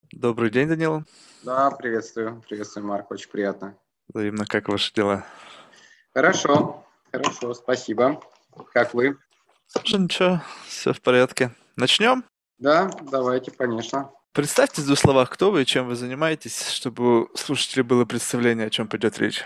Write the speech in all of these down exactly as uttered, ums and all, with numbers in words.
Добрый день, Данила. Да, приветствую. Приветствую, Марк. Очень приятно. Взаимно, как ваши дела? Хорошо, хорошо, спасибо. Как вы? Тоже ничего, все в порядке. Начнем? Да, давайте, конечно. Представьте в двух словах, кто вы и чем вы занимаетесь, чтобы у слушателей было представление, о чем пойдет речь.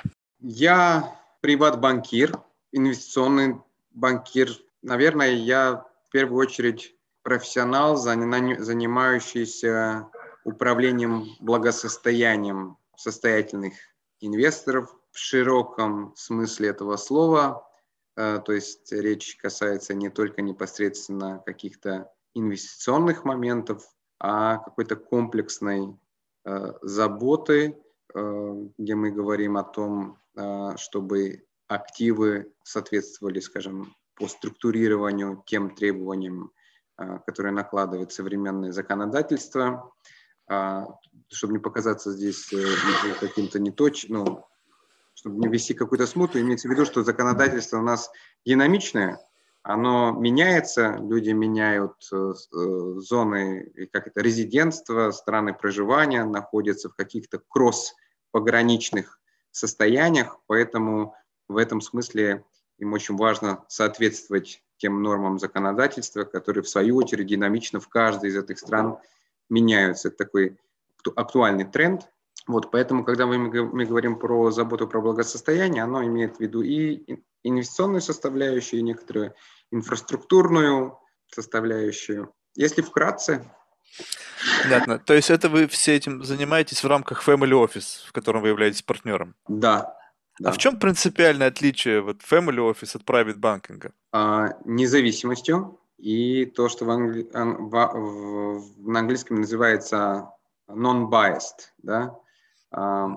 Я приват-банкир, инвестиционный банкир. Наверное, я в первую очередь профессионал, зани- занимающийся управлением благосостоянием состоятельных инвесторов в широком смысле этого слова. Э, То есть речь касается не только непосредственно каких-то инвестиционных моментов, а какой-то комплексной э, заботы, э, где мы говорим о том, э, чтобы активы соответствовали, скажем, по структурированию тем требованиям, э, которые накладывает современное законодательство, а, чтобы не показаться здесь э, каким-то неточным, ну, чтобы не ввести какую-то смуту, имеется в виду, что законодательство у нас динамичное, оно меняется, люди меняют э, э, зоны, как это, резидентства, страны проживания, находятся в каких-то кросс-пограничных состояниях, поэтому в этом смысле им очень важно соответствовать тем нормам законодательства, которые в свою очередь динамично в каждой из этих стран меняются. Это такой актуальный тренд. Вот, поэтому, когда мы, мы говорим про заботу про благосостояние, оно имеет в виду и инвестиционную составляющую, и некоторую инфраструктурную составляющую. Если вкратце, Понятно. То есть это вы все этим занимаетесь в рамках Family Office, в котором вы являетесь партнером. да, А в да. чем принципиальное отличие вот Family Office от Private Banking? А, независимостью и то, что в, англи... ан- в- в- на английском называется non-biased, да. А,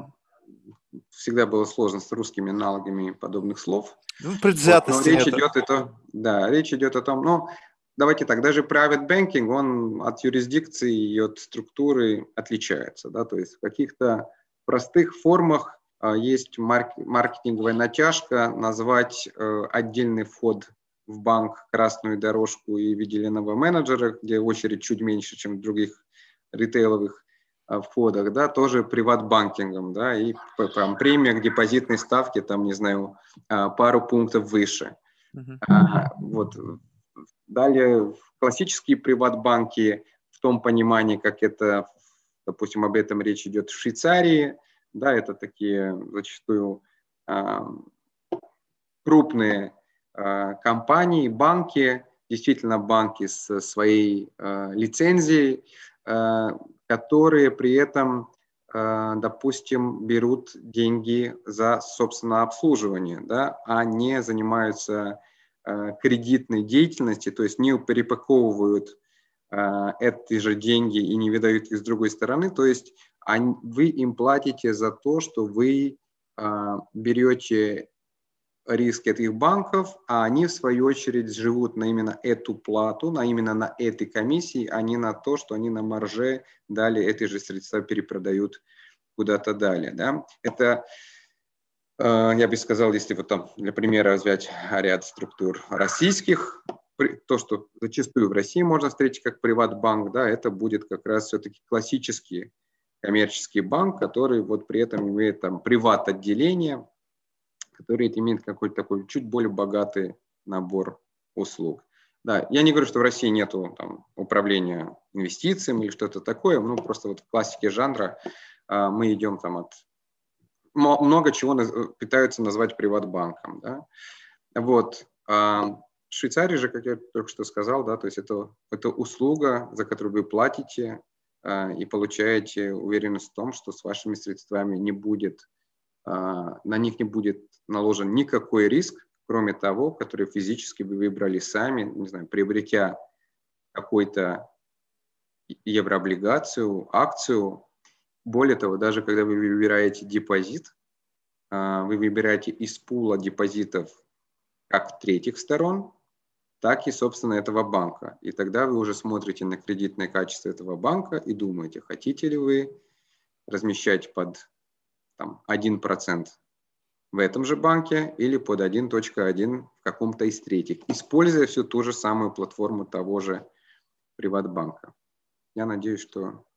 всегда было сложно с русскими аналогами подобных слов. Ну, Вот. Но предвзятости речь нет. идет, это, да, речь идет о том, ну, давайте так, даже private banking, он от юрисдикции и от структуры отличается, да, то есть в каких-то простых формах а, есть марк, маркетинговая натяжка назвать э, отдельный вход в банк красную дорожку и виделенного менеджера, где очередь чуть меньше, чем в других ритейловых а, входах, да, тоже приват-банкингом, да, и там премия к депозитной ставке, там, не знаю, а, пару пунктов выше. Мгм. А, вот. Далее, классические приват-банки в том понимании, как это, допустим, об этом речь идет в Швейцарии, да, это такие зачастую а, крупные а, компании, банки, действительно банки с своей а, лицензией, а, которые при этом, а, допустим, берут деньги за собственное обслуживание, да, а не занимаются а, кредитной деятельностью, то есть не перепаковывают а, эти же деньги и не выдают их с другой стороны, то есть они, вы им платите за то, что вы а, берете риски этих банков, а они в свою очередь живут на именно эту плату, на именно на этой комиссии, а не на то, что они на марже далее эти же средства перепродают куда-то далее. Да? Это, э, я бы сказал, если вот там для примера взять ряд структур российских, то, что зачастую в России можно встретить как приват-банк, да, это будет как раз все-таки классический коммерческий банк, который вот при этом имеет там приват-отделение, который имеет какой-то такой чуть более богатый набор услуг. Да, я не говорю, что в России нет управления инвестициями или что-то такое, ну просто вот в классике жанра а, мы идем там от много чего наз, пытаются назвать приватбанком, да. Вот. А в Швейцарии же, как я только что сказал, да, то есть это, это услуга, за которую вы платите а, и получаете уверенность в том, что с вашими средствами не будет на них не будет наложен никакой риск, кроме того, который физически вы выбрали сами, не знаю, приобретя какую-то еврооблигацию, акцию. Более того, даже когда вы выбираете депозит, вы выбираете из пула депозитов как третьих сторон, так и, собственно, этого банка. И тогда вы уже смотрите на кредитное качество этого банка и думаете, хотите ли вы размещать под там, один процент в этом же банке или под один точка один в каком-то из третьих, используя всю ту же самую платформу того же приватбанка. Я надеюсь, что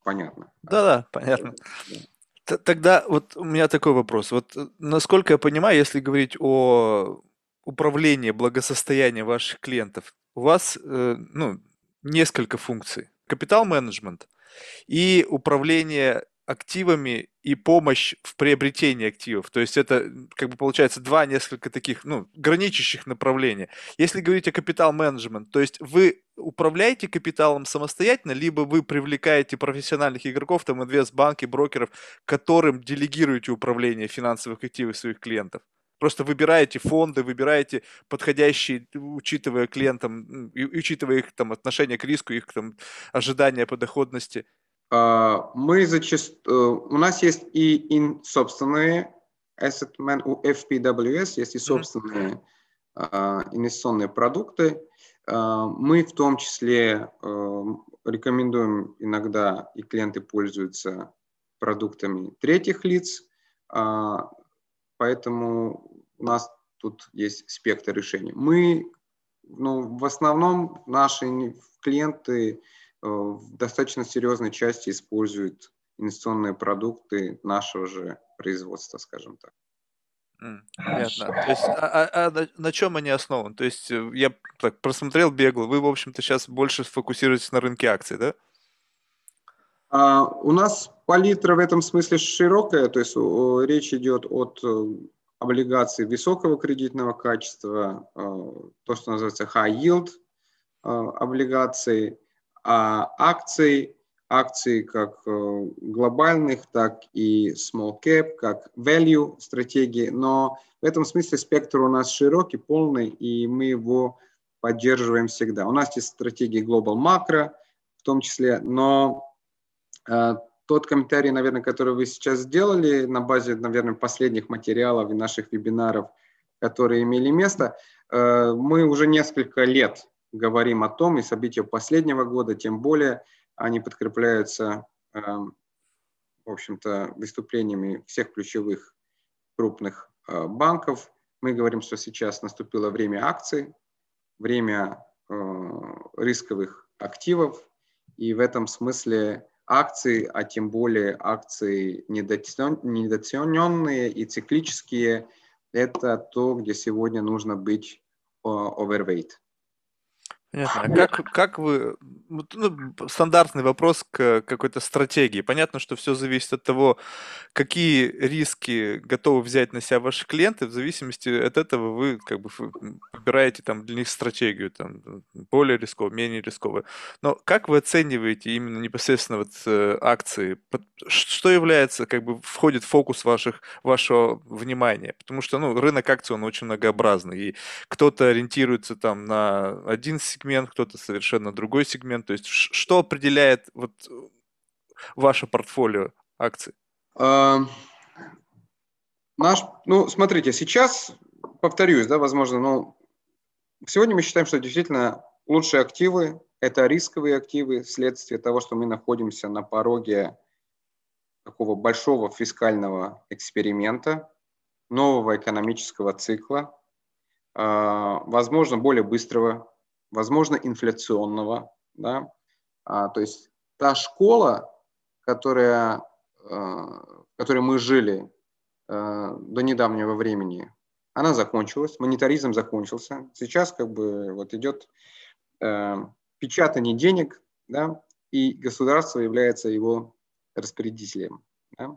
понятно. Да-да, понятно. Т- Тогда вот у меня такой вопрос. Вот э, насколько я понимаю, если говорить о управлении благосостоянием ваших клиентов, у вас э, ну, несколько функций. Капитал менеджмент и управление активами и помощь в приобретении активов. То есть это м, как бы получается два несколько таких, ну, граничащих направления. Если говорить о капитал менеджмент, то есть вы управляете капиталом самостоятельно, либо вы привлекаете профессиональных игроков, там, инвестбанки, брокеров, которым делегируете управление финансовых активов своих клиентов. Просто выбираете фонды, выбираете подходящие, учитывая клиентам, м, и учитывая их там отношение к риску, их там ожидания по доходности. А, Мы зачастую, у нас есть и ин- собственные asset man, у эф пи дабл ю эс есть и Мгм. собственные а, инвестиционные продукты. А, Мы в том числе э, рекомендуем иногда, и клиенты пользуются продуктами третьих лиц, а, поэтому у нас тут есть спектр решений. Мы, ну, в основном наши не- клиенты э, в достаточно серьезной части используют инвестиционные продукты нашего же производства, скажем так. М, понятно. То есть, а, а- а на, на чем они основаны? То есть, э, я так просмотрел бегло, вы, в общем-то, сейчас больше сфокусируетесь на рынке акций, да? А, у нас палитра в этом смысле широкая, то есть о, речь идет от э, облигаций высокого кредитного качества, э, то, что называется high yield э, облигаций, а акций, акций как э, глобальных, так и small cap, как value стратегии, но в этом смысле спектр у нас широкий, полный, и мы его поддерживаем всегда. У нас есть стратегии global macro в том числе, но э, тот комментарий, наверное, который вы сейчас сделали на базе, наверное, последних материалов и наших вебинаров, которые имели место, э, мы уже несколько лет говорим о том, и события последнего года, тем более, они подкрепляются, э, в общем-то, выступлениями всех ключевых крупных э, банков. Мы говорим, что сейчас наступило время акций, время э, рисковых активов, и в этом смысле акции, а тем более акции недооцененные и циклические, это то, где сегодня нужно быть э, overweight. Понятно. А как, как вы... вот, ну, стандартный вопрос к какой-то стратегии. Понятно, что все зависит от того, какие риски готовы взять на себя ваши клиенты, в зависимости от этого вы как бы ф- м, выбираете там для них стратегию, там, м, более рисковую, менее рисковую. Но как вы оцениваете именно непосредственно вот э, акции? Под- ш- Что является, как бы входит в фокус ваших, вашего внимания? Потому что, ну, рынок акций, он очень многообразный, и кто-то ориентируется там на один сегмент, кто-то совершенно другой сегмент. То есть ш- что определяет вот ваше портфолио акций? Э, Наш, ну, смотрите, сейчас, повторюсь, да, возможно, но сегодня мы считаем, что действительно лучшие активы – это рисковые активы вследствие того, что мы находимся на пороге такого большого фискального эксперимента, нового экономического цикла, а, возможно, более быстрого, возможно, инфляционного. Да? А, то есть та школа, которая, а, в которой мы жили а, до недавнего времени, она закончилась, монетаризм закончился. Сейчас как бы вот идет э, печатание денег, да, и государство является его распорядителем. Да.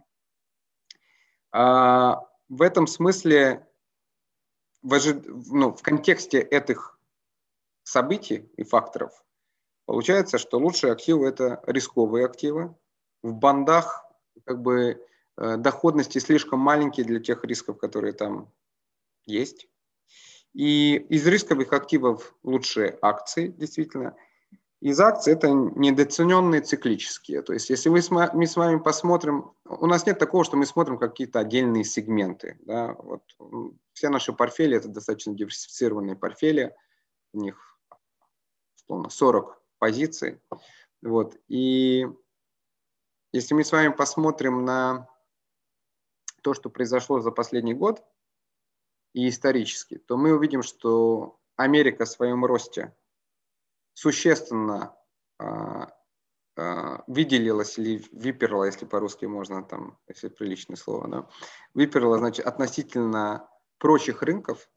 А в этом смысле, в, ожи... ну, в контексте этих событий и факторов, получается, что лучшие активы – это рисковые активы. В бандах как бы э, доходности слишком маленькие для тех рисков, которые там есть. И из рисковых активов лучшие акции, действительно. Из акций это недооцененные циклические. То есть если мы с, мы с вами посмотрим, у нас нет такого, что мы смотрим какие-то отдельные сегменты. Да? Вот, все наши портфели – это достаточно диверсифицированные портфели, у них условно сорок позиций. Вот. И если мы с вами посмотрим на то, что произошло за последний год и исторически, то мы увидим, что Америка в своем росте существенно выделилась или выперла, если по-русски можно, там, если приличное слово, да, выперла, значит, относительно прочих рынков.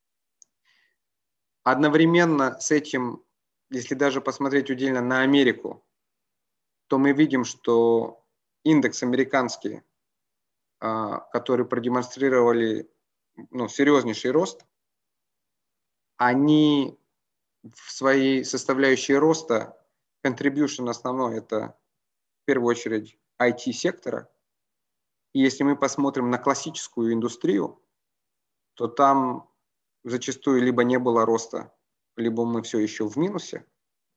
Одновременно с этим, если даже посмотреть удельно на Америку, то мы видим, что индекс американский, который продемонстрировали, ну, серьезнейший рост, они в своей составляющей роста, contribution основной, это в первую очередь ай ти-сектора. И если мы посмотрим на классическую индустрию, то там зачастую либо не было роста, либо мы все еще в минусе.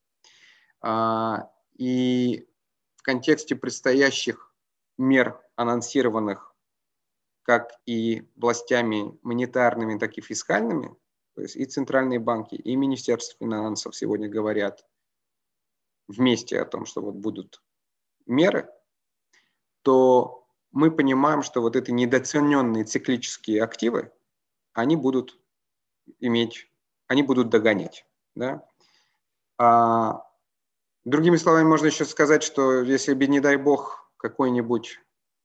И в контексте предстоящих мер, анонсированных как и властями монетарными, так и фискальными, то есть и центральные банки, и Министерство финансов сегодня говорят вместе о том, что вот будут меры, то мы понимаем, что вот эти недооцененные циклические активы, они будут иметь, они будут догонять. Да? А, другими словами, можно еще сказать, что если бы, не дай бог, какой-нибудь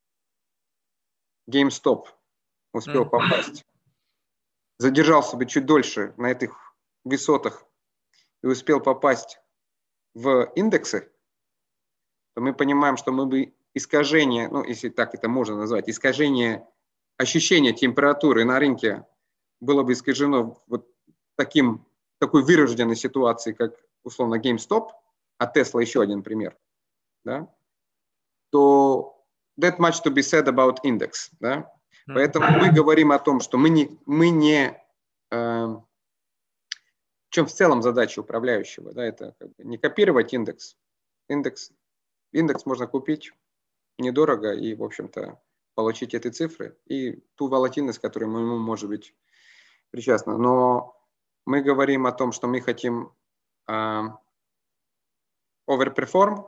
GameStop успел попасть, задержался бы чуть дольше на этих высотах и успел попасть в индексы, то мы понимаем, что мы бы искажение, ну, если так это можно назвать, искажение ощущения температуры на рынке было бы искажено вот таким, такой вырожденной ситуацией, как, условно, GameStop, а Tesla еще один пример, да, то that much to be said about index, да. Mm-hmm. Поэтому мы говорим о том, что мы не, мы не э, в чем в целом задача управляющего, да, это как бы не копировать индекс. Индекс, индекс можно купить недорого и, в общем-то, получить эти цифры и ту волатильность, которая ему может быть причастна. Но мы говорим о том, что мы хотим э, overperform,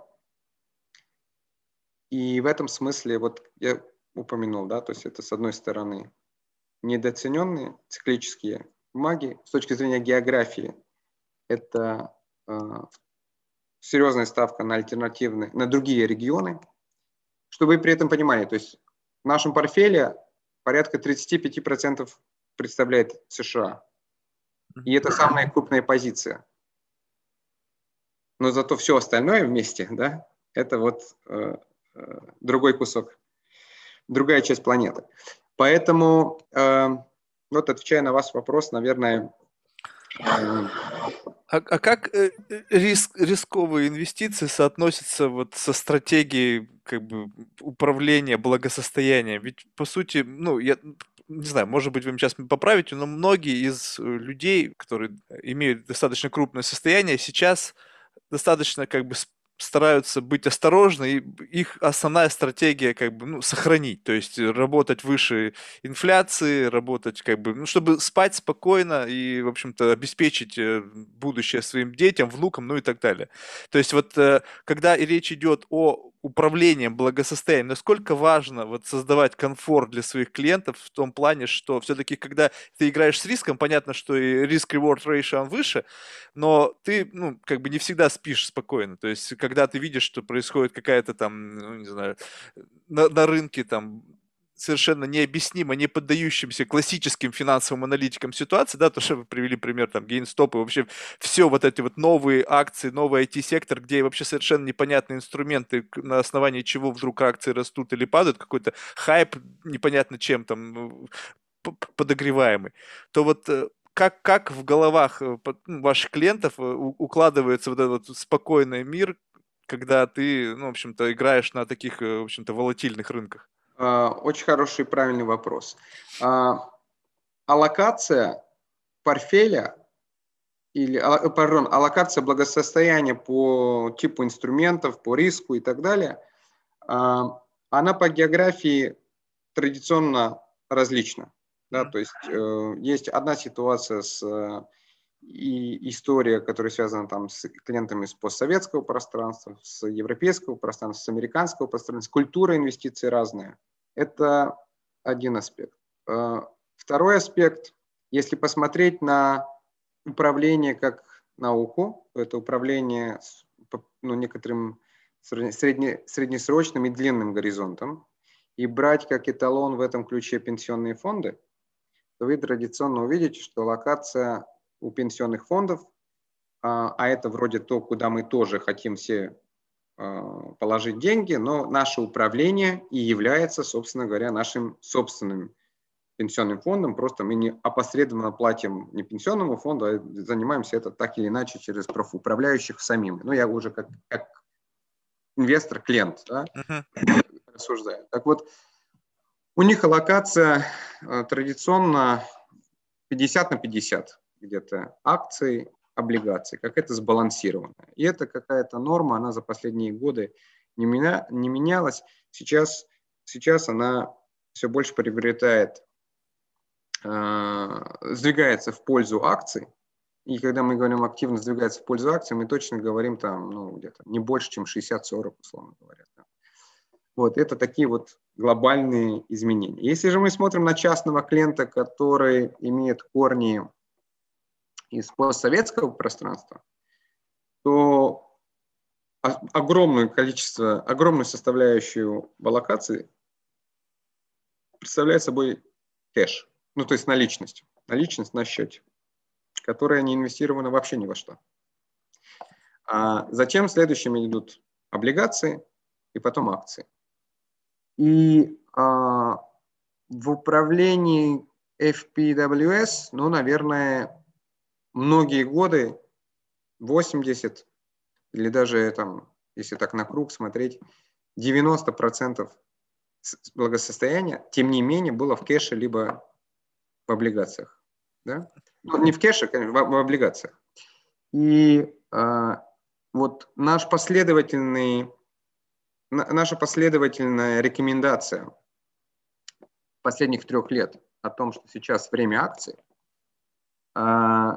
и в этом смысле, вот я упомянул, да, то есть это с одной стороны недооцененные циклические бумаги, с точки зрения географии, это э, серьезная ставка на альтернативные, на другие регионы. Чтобы вы при этом понимали, то есть в нашем портфеле порядка тридцать пять процентов представляет США. И это самая крупная позиция. Но зато все остальное вместе, да, это вот э, э, другой кусок, другая часть планеты. Поэтому, э, вот отвечая на ваш вопрос, наверное... Э, а, а как э, риск, рисковые инвестиции соотносятся вот со стратегией как бы управления благосостоянием? Ведь, по сути, ну, я не знаю, может быть, вы меня сейчас поправите, но многие из людей, которые имеют достаточно крупное состояние, сейчас достаточно как бы стараются быть осторожны, и их основная стратегия как бы, ну, сохранить, то есть работать выше инфляции, работать как бы, ну, чтобы спать спокойно и, в общем-то, обеспечить будущее своим детям, внукам, ну и так далее. То есть вот когда речь идет о управлении благосостоянием, насколько важно вот создавать комфорт для своих клиентов в том плане, что все-таки, когда ты играешь с риском, понятно, что и риск-reward ratio он выше, но ты, ну, как бы не всегда спишь спокойно. То есть, когда ты видишь, что происходит какая-то там, ну, не знаю, на, на рынке там совершенно необъяснимо, не поддающимся классическим финансовым аналитикам ситуации, да, то, что вы привели пример, там, GameStop и вообще все вот эти вот новые акции, новый ай ти-сектор, где вообще совершенно непонятные инструменты, на основании чего вдруг акции растут или падают, какой-то хайп непонятно чем там подогреваемый, то вот как, как в головах ваших клиентов укладывается вот этот вот спокойный мир, когда ты, ну, в общем-то, играешь на таких, в общем-то, волатильных рынках? Очень хороший и правильный вопрос. Аллокация портфеля или, пардон, аллокация благосостояния по типу инструментов, по риску и так далее, она по географии традиционно различна. Да? То есть есть одна ситуация с и история, которая связана там с клиентами с постсоветского пространства, с европейского пространства, с американского пространства, культура инвестиций разная. Это один аспект. Второй аспект, если посмотреть на управление как науку, то это управление, ну, некоторым средне, среднесрочным и длинным горизонтом и брать как эталон в этом ключе пенсионные фонды, то вы традиционно увидите, что локация у пенсионных фондов, а, а это вроде то, куда мы тоже хотим все а, положить деньги, но наше управление и является, собственно говоря, нашим собственным пенсионным фондом, просто мы не опосредованно платим не пенсионному фонду, а занимаемся это так или иначе через профуправляющих самим. Ну, я уже как, как инвестор, клиент, да, Мгм. рассуждаю. Так вот, у них аллокация э, традиционно пятьдесят на пятьдесят, где-то акции, облигации, как это сбалансировано. И это какая-то норма, она за последние годы не, меня, не менялась. Сейчас, сейчас она все больше приобретает, э, сдвигается в пользу акций. И когда мы говорим активно сдвигается в пользу акций, мы точно говорим там, ну, где-то не больше, чем шестьдесят сорок, условно говоря. Да. Вот это такие вот глобальные изменения. Если же мы смотрим на частного клиента, который имеет корни из постсоветского пространства, то огромное количество, огромную составляющую в аллокации представляет собой кэш, ну то есть наличность, наличность на счете, которая не инвестирована вообще ни во что. А затем следующими идут облигации и потом акции. И а, в управлении эф пи дабл ю эс, ну, наверное, многие годы, восемьдесят или даже там, если так на круг смотреть, девяносто процентов благосостояния, тем не менее, было в кэше либо в облигациях. Да? Ну, не в кэше, конечно, в, в облигациях. И а, вот наш последовательный, наша последовательная рекомендация последних трех лет о том, что сейчас время акций, она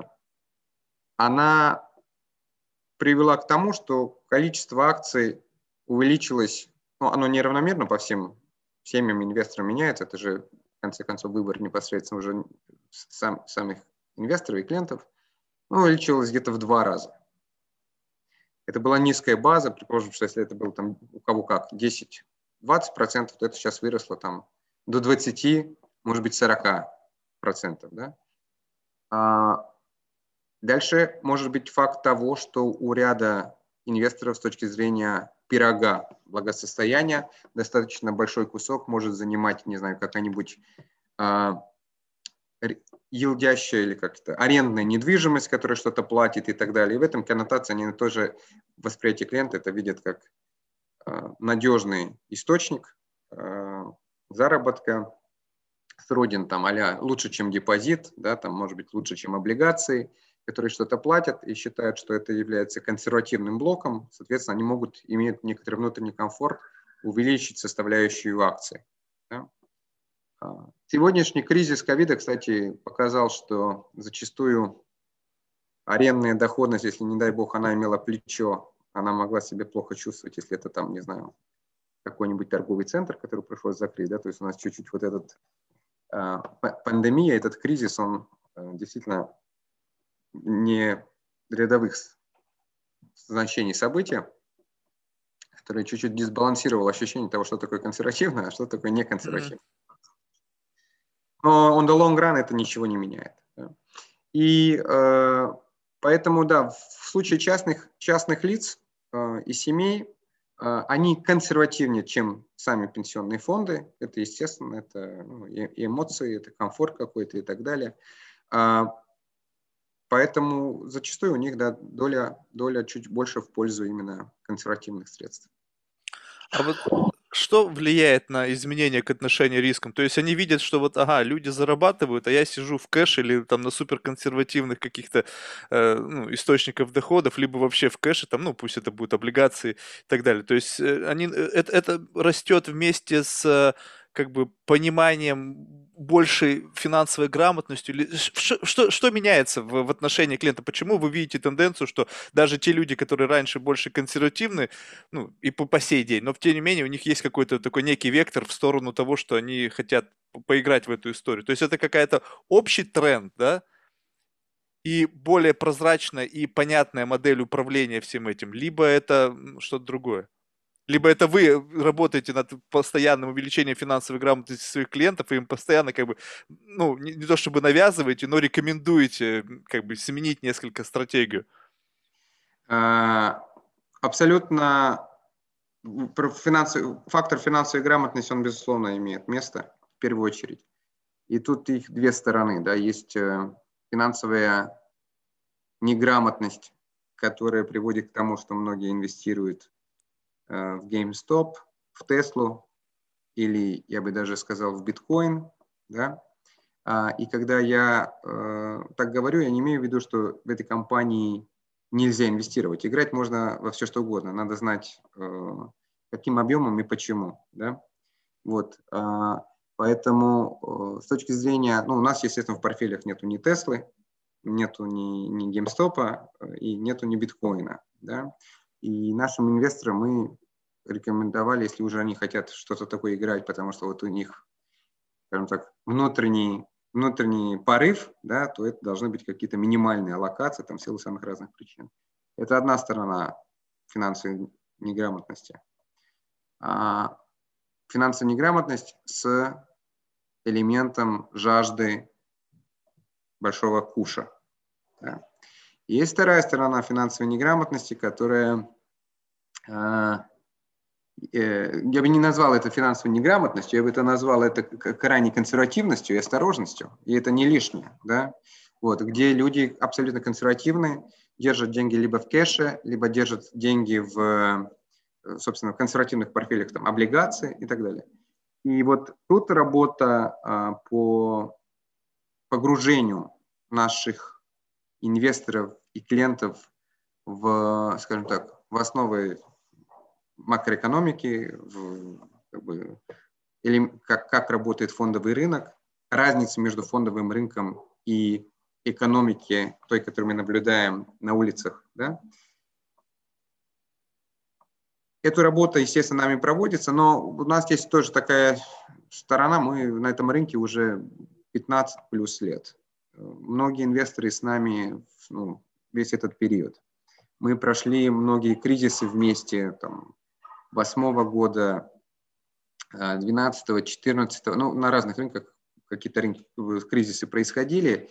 привела к тому, что количество акций увеличилось, ну, оно неравномерно по всем семьям инвесторам меняется, это же, в конце концов, выбор непосредственно уже сам, самих инвесторов и клиентов, ну, увеличилось где-то в два раза. Это была низкая база, предположим, что если это было там у кого как десять-двадцать процентов, то это сейчас выросло там до двадцати, может быть, сорока процентов. Да? А дальше может быть факт того, что у ряда инвесторов с точки зрения пирога благосостояния достаточно большой кусок может занимать, не знаю, какая-нибудь а, йилдящая или как-то арендная недвижимость, которая что-то платит и так далее. И в этом коннотации они тоже восприятие клиента это видят как а, надежный источник а, заработка, сроден там а-ля лучше, чем депозит, да, там может быть лучше, чем облигации, которые что-то платят и считают, что это является консервативным блоком, соответственно, они могут иметь некоторый внутренний комфорт, увеличить составляющую акций. Да. Сегодняшний кризис ковида, кстати, показал, что зачастую арендная доходность, если, не дай бог, она имела плечо, она могла себя плохо чувствовать, если это там, не знаю, какой-нибудь торговый центр, который пришлось закрыть, да, то есть у нас чуть-чуть вот этот э, пандемия, этот кризис, он э, действительно не рядовых значений события, которое чуть-чуть дисбалансировало ощущение того, что такое консервативное, а что такое неконсервативное. Но on the long run это ничего не меняет. Да. И э, поэтому, да, в случае частных, частных лиц э, и семей, э, они консервативнее, чем сами пенсионные фонды. Это естественно, это ну, и эмоции, это комфорт какой-то и так далее. А, поэтому зачастую у них да, доля, доля чуть больше в пользу именно консервативных средств. А вот что влияет на изменение к отношению рискам? То есть они видят, что вот, ага, люди зарабатывают, а я сижу в кэше или там на суперконсервативных каких-то э, ну, источников доходов, либо вообще в кэше, там, ну, пусть это будут облигации и так далее. То есть э, они, э, это, это растет вместе с э, как бы пониманием большей финансовой грамотностью? Или ш- Что, что меняется в, в отношении клиента? Почему вы видите тенденцию, что даже те люди, которые раньше больше консервативны, ну, и по, по сей день, но тем не менее у них есть какой-то такой некий вектор в сторону того, что они хотят по- поиграть в эту историю. То есть это какая-то общий тренд, да, и более прозрачная и понятная модель управления всем этим, либо это м, что-то другое. Либо это вы работаете над постоянным увеличением финансовой грамотности своих клиентов, и им постоянно как бы, ну, не, не то чтобы навязываете, но рекомендуете как бы сменить несколько стратегию. Абсолютно финансовый, фактор финансовой грамотности, он, безусловно, имеет место в первую очередь. И тут их две стороны. Да? Есть финансовая неграмотность, которая приводит к тому, что многие инвестируют в GameStop, в Теслу или, я бы даже сказал, в биткоин. Да? И когда я так говорю, я не имею в виду, что в этой компании нельзя инвестировать. Играть можно во все, что угодно. Надо знать, каким объемом и почему. Да? Вот. Поэтому с точки зрения... Ну, у нас, естественно, в портфелях нету ни Теслы, нету ни, ни GameStop и нету ни биткоина. Да? И нашим инвесторам мы рекомендовали, если уже они хотят что-то такое играть, потому что вот у них, скажем так, внутренний, внутренний порыв, да, то это должны быть какие-то минимальные аллокации, там, в силу самых разных причин. Это одна сторона финансовой неграмотности. А финансовая неграмотность с элементом жажды большого куша. Да. Есть вторая сторона финансовой неграмотности, которая, э, э, я бы не назвал это финансовой неграмотностью, я бы это назвал это крайней консервативностью и осторожностью, и это не лишнее, да, вот, где люди абсолютно консервативны, держат деньги либо в кэше, либо держат деньги в, собственно, в консервативных портфелях, там, облигации и так далее. И вот тут работа а, по погружению наших инвесторов и клиентов в, скажем так, в основы макроэкономики, в, как бы, или как, как работает фондовый рынок, разница между фондовым рынком и экономики, той, которую мы наблюдаем на улицах. Да? Эту работу, естественно, нами проводится, но у нас есть тоже такая сторона, мы на этом рынке уже пятнадцать плюс лет. Многие инвесторы с нами, ну, весь этот период. Мы прошли многие кризисы вместе, там, восьмого года, двенадцатого, четырнадцатого, ну, на разных рынках какие-то рынки, кризисы происходили.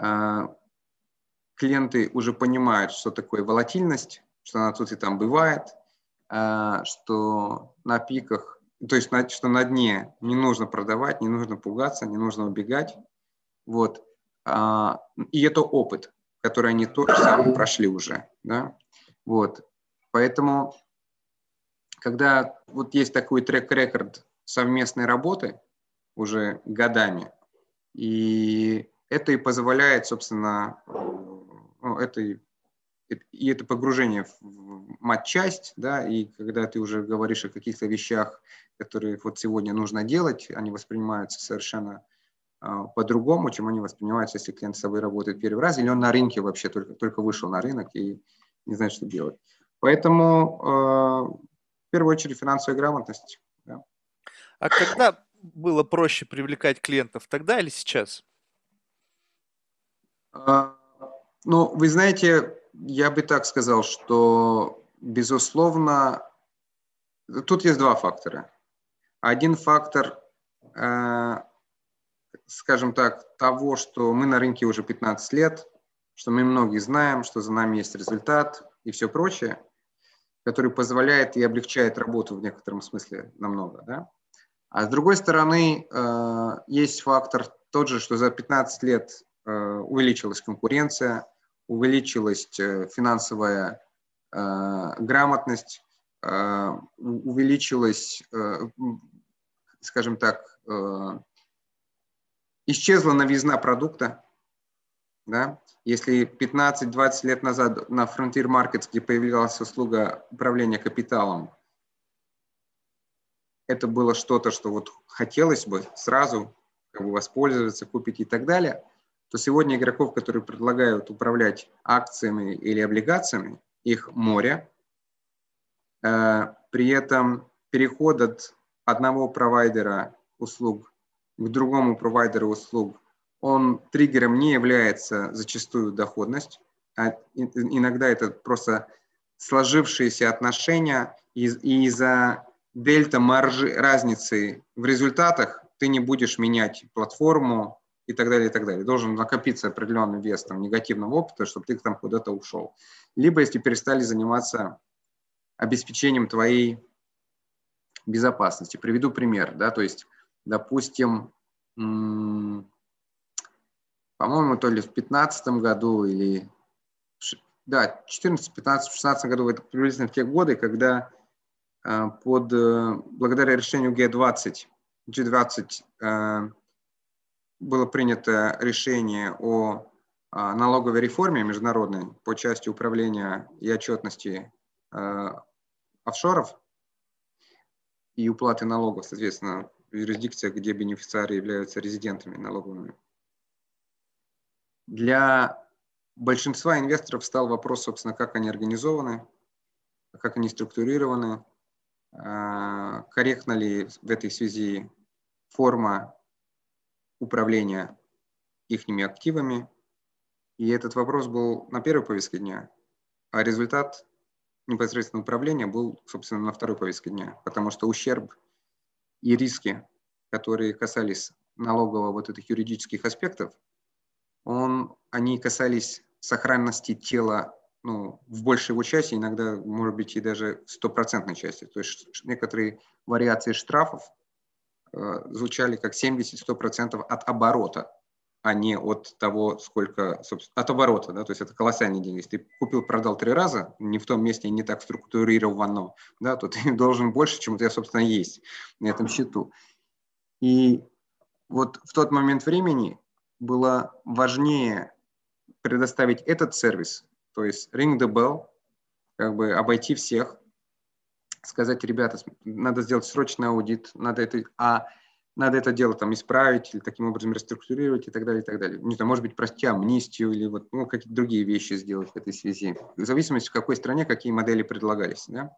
Клиенты уже понимают, что такое волатильность, что она тут и там бывает, что на пиках, то есть на, что на дне не нужно продавать, не нужно пугаться, не нужно убегать. Вот. И это опыт, который они тоже самое прошли уже. Да? Вот. Поэтому, когда вот есть такой трек-рекорд совместной работы уже годами, и это и позволяет, собственно, ну, это и, и это погружение в матчасть, да, и когда ты уже говоришь о каких-то вещах, которые вот сегодня нужно делать, они воспринимаются совершенно по-другому, чем они воспринимаются, если клиент с собой работает первый раз, или он на рынке вообще только, только вышел на рынок и не знает, что делать. Поэтому э, в первую очередь финансовая грамотность. Да. А когда было проще привлекать клиентов, тогда или сейчас? А, ну, вы знаете, я бы так сказал, что, безусловно, тут есть два фактора. Один фактор, э, скажем так, того, что мы на рынке уже пятнадцать лет, что мы многие знаем, что за нами есть результат и все прочее, который позволяет и облегчает работу в некотором смысле намного. Да? А с другой стороны, э, есть фактор тот же, что за пятнадцать лет э, увеличилась конкуренция, увеличилась э, финансовая э, грамотность, э, увеличилась, э, скажем так, э, исчезла новизна продукта. Да? Если пятнадцать-двадцать лет назад на Frontier Markets, где появилась услуга управления капиталом, это было что-то, что вот хотелось бы сразу как бы воспользоваться, купить и так далее, то сегодня игроков, которые предлагают управлять акциями или облигациями, их море. При этом переход от одного провайдера услуг к другому провайдеру услуг, он триггером не является зачастую доходность, а иногда это просто сложившиеся отношения и, и из-за дельта маржи, разницы в результатах ты не будешь менять платформу и так далее, и так далее. Должен накопиться определенный вес там, негативного опыта, чтобы ты там куда-то ушел. Либо если перестали заниматься обеспечением твоей безопасности. Приведу пример. Да, то есть, допустим, м- по-моему, то ли в пятнадцатом году или да, четырнадцатом, пятнадцатом, шестнадцатом году, это приблизительно в те годы, когда э, под, э, благодаря решению джи двадцать, джи двадцать э, было принято решение о э, налоговой реформе международной по части управления и отчетности э, офшоров и уплаты налогов, соответственно, в юрисдикциях, где бенефициары являются резидентами налоговыми. Для большинства инвесторов стал вопрос, собственно, как они организованы, как они структурированы, корректна ли в этой связи форма управления ихними активами. И этот вопрос был на первой повестке дня, а результат непосредственно управления был, собственно, на второй повестке дня, потому что ущерб и риски, которые касались налогового вот этих юридических аспектов, он, они касались сохранности тела, ну, в большей его части, иногда, может быть, и даже в стопроцентной части. То есть некоторые вариации штрафов э, звучали как семьдесят-сто процентов от оборота, а не от того, сколько, собственно, от оборота, да, то есть это колоссальные деньги. Если ты купил, продал три раза, не в том месте и не так структурировано, да, то ты должен больше, чем у тебя, собственно, есть на этом счету. И вот в тот момент времени было важнее предоставить этот сервис, то есть ring the bell, как бы обойти всех, сказать, ребята, надо сделать срочный аудит, надо это, а надо это дело там исправить или таким образом реструктурировать и так далее, и так далее. Не знаю, может быть, прости амнистию или вот, ну, какие-то другие вещи сделать в этой связи. В зависимости, в какой стране какие модели предлагались. Да?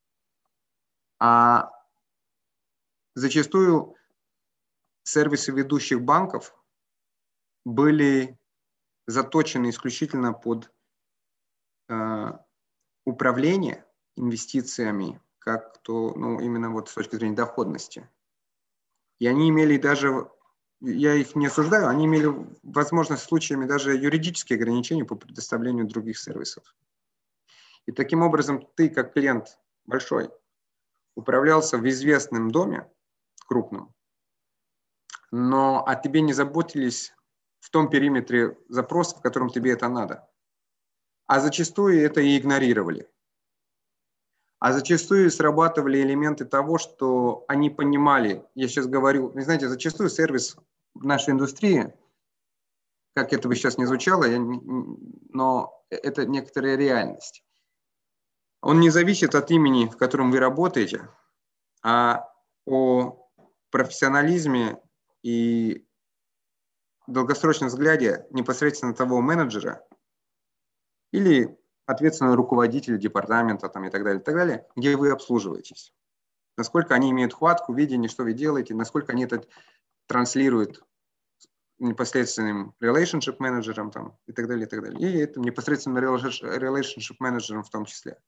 А зачастую сервисы ведущих банков были заточены исключительно под э, управление инвестициями, как то, ну, именно вот с точки зрения доходности. И они имели даже, я их не осуждаю, они имели возможность случаями даже юридические ограничения по предоставлению других сервисов. И таким образом ты, как клиент большой, управлялся в известном доме, крупном, но о тебе не заботились в том периметре запросов, в котором тебе это надо. А зачастую это и игнорировали. А зачастую срабатывали элементы того, что они понимали, я сейчас говорю, вы знаете, зачастую сервис в нашей индустрии, как это бы сейчас не звучало, я, но это некоторая реальность. Он не зависит от имени, в котором вы работаете, а о профессионализме и долгосрочном взгляде непосредственно того менеджера или ответственного руководителя департамента там, и так далее, и так далее, где вы обслуживаетесь. Насколько они имеют хватку, видение, что вы делаете, насколько они это транслируют непосредственным relationship менеджером там, и так далее, и так далее. И этим непосредственным relationship менеджером в том числе.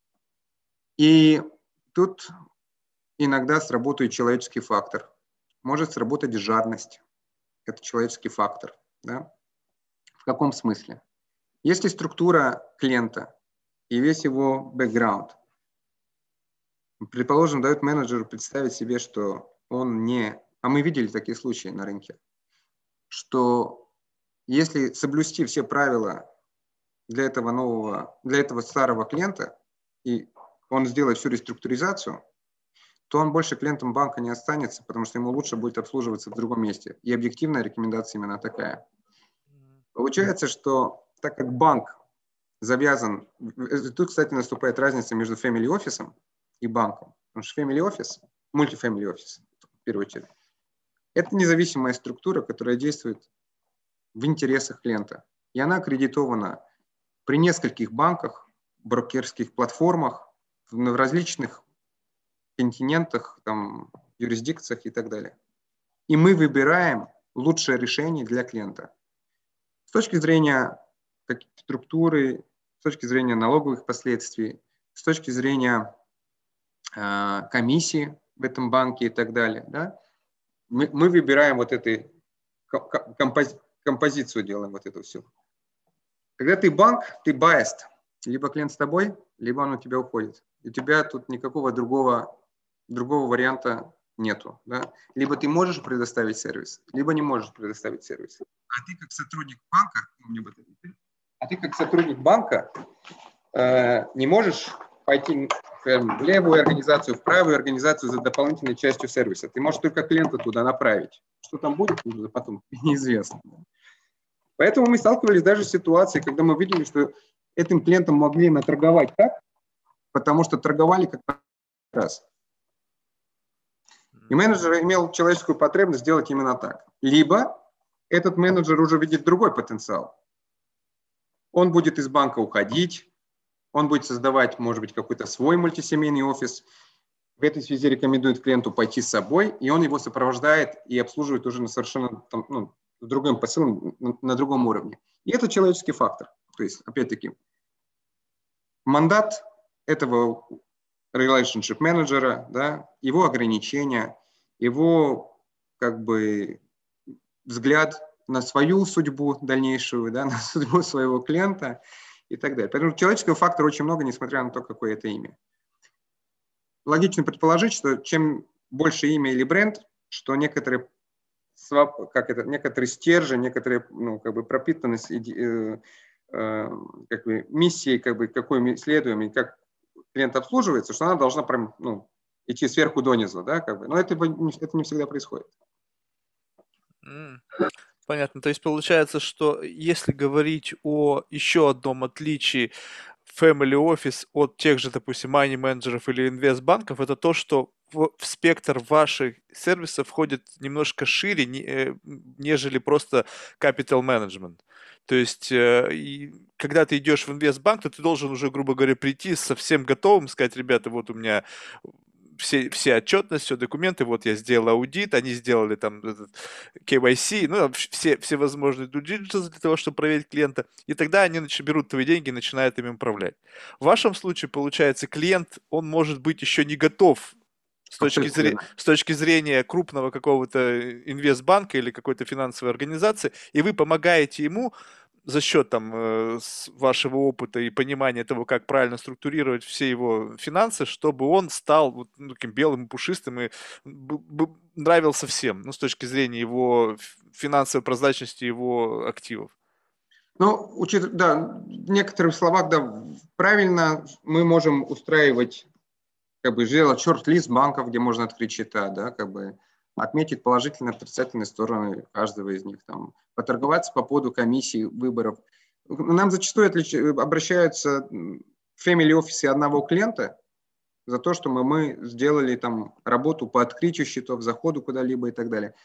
И тут иногда сработает человеческий фактор. Может сработать жадность. Это человеческий фактор. Да? В каком смысле? Если структура клиента и весь его бэкграунд, предположим, дает менеджеру представить себе, что он не... А мы видели такие случаи на рынке, что если соблюсти все правила для этого нового, для этого старого клиента, и он сделает всю реструктуризацию, то он больше клиентом банка не останется, потому что ему лучше будет обслуживаться в другом месте. И объективная рекомендация именно такая. Получается, что так как банк завязан... Тут, кстати, наступает разница между family office и банком. Потому что family office, multi-family office, в первую очередь, это независимая структура, которая действует в интересах клиента. И она аккредитована при нескольких банках, брокерских платформах, в различных континентах, там, юрисдикциях и так далее. И мы выбираем лучшее решение для клиента. С точки зрения структуры, с точки зрения налоговых последствий, с точки зрения э, комиссии в этом банке и так далее. Да? Мы, мы выбираем вот эту компози, композицию, делаем вот эту всю. Когда ты банк, ты biased. Либо клиент с тобой, либо он у тебя уходит. И у тебя тут никакого другого, другого варианта нету. Да? Либо ты можешь предоставить сервис, либо не можешь предоставить сервис. А ты как сотрудник банка, а ты как сотрудник банка э, не можешь пойти скажем, в левую организацию, в правую организацию за дополнительной частью сервиса. Ты можешь только клиента туда направить. Что там будет, уже потом неизвестно. Поэтому мы сталкивались даже с ситуацией, когда мы видели, что этим клиентам могли наторговать так, потому что торговали как раз. И менеджер имел человеческую потребность сделать именно так. Либо этот менеджер уже видит другой потенциал. Он будет из банка уходить, он будет создавать, может быть, какой-то свой мультисемейный офис. В этой связи рекомендует клиенту пойти с собой, и он его сопровождает и обслуживает уже на совершенно там, ну, с другим посылом, на, на другом уровне. И это человеческий фактор. То есть, опять-таки, мандат этого relationship менеджера, да, его ограничения, его как бы взгляд на свою судьбу дальнейшую, да, на судьбу своего клиента и так далее. Поэтому человеческого фактора очень много, несмотря на то, какое это имя. Логично предположить, что чем больше имя или бренд, что некоторые, как это, некоторые стержень, некоторые ну, как бы пропитанность э, э, как бы, миссией, как бы, какой мы следуем и как клиент обслуживается, что она должна прям, ну, идти сверху донизу. Да, как бы. Но это, это не всегда происходит. Mm. Понятно. То есть получается, что если говорить о еще одном отличии Family Office от тех же, допустим, money менеджеров или инвестбанков, это то, что в, в спектр ваших сервисов входит немножко шире, не, э, нежели просто capital management. То есть, э, и, когда ты идешь в инвестбанк, то ты должен уже, грубо говоря, прийти совсем готовым, сказать, ребята, вот у меня все, все отчетность, все документы, вот я сделал аудит, они сделали там кей вай си, ну, все, все возможные due diligence для того, чтобы проверить клиента, и тогда они нач- берут твои деньги и начинают ими управлять. В вашем случае, получается, клиент, он может быть еще не готов с точки, зре... с точки зрения крупного какого-то инвестбанка или какой-то финансовой организации, и вы помогаете ему за счет там э, вашего опыта и понимания того, как правильно структурировать все его финансы, чтобы он стал вот, ну, таким белым и пушистым и б- б- нравился всем, ну, с точки зрения его финансовой прозрачности его активов. Ну, учит, да, в некоторых словах, да, правильно мы можем устраивать, как бы, сделать шорт-лист банков, где можно открыть счета, да, как бы, отметить положительные и отрицательные стороны каждого из них, там, поторговаться по поводу комиссий, выборов. Нам зачастую отлич... обращаются family офисы одного клиента за то, что мы, мы сделали там работу по открытию счетов, заходу куда-либо и так далее.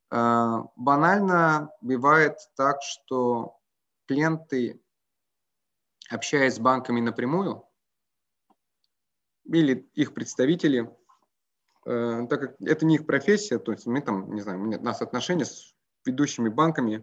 Банально бывает так, что клиенты, общаясь с банками напрямую, или их представители, э, так как это не их профессия, то есть мы там, не знаю, у нас отношения с ведущими банками,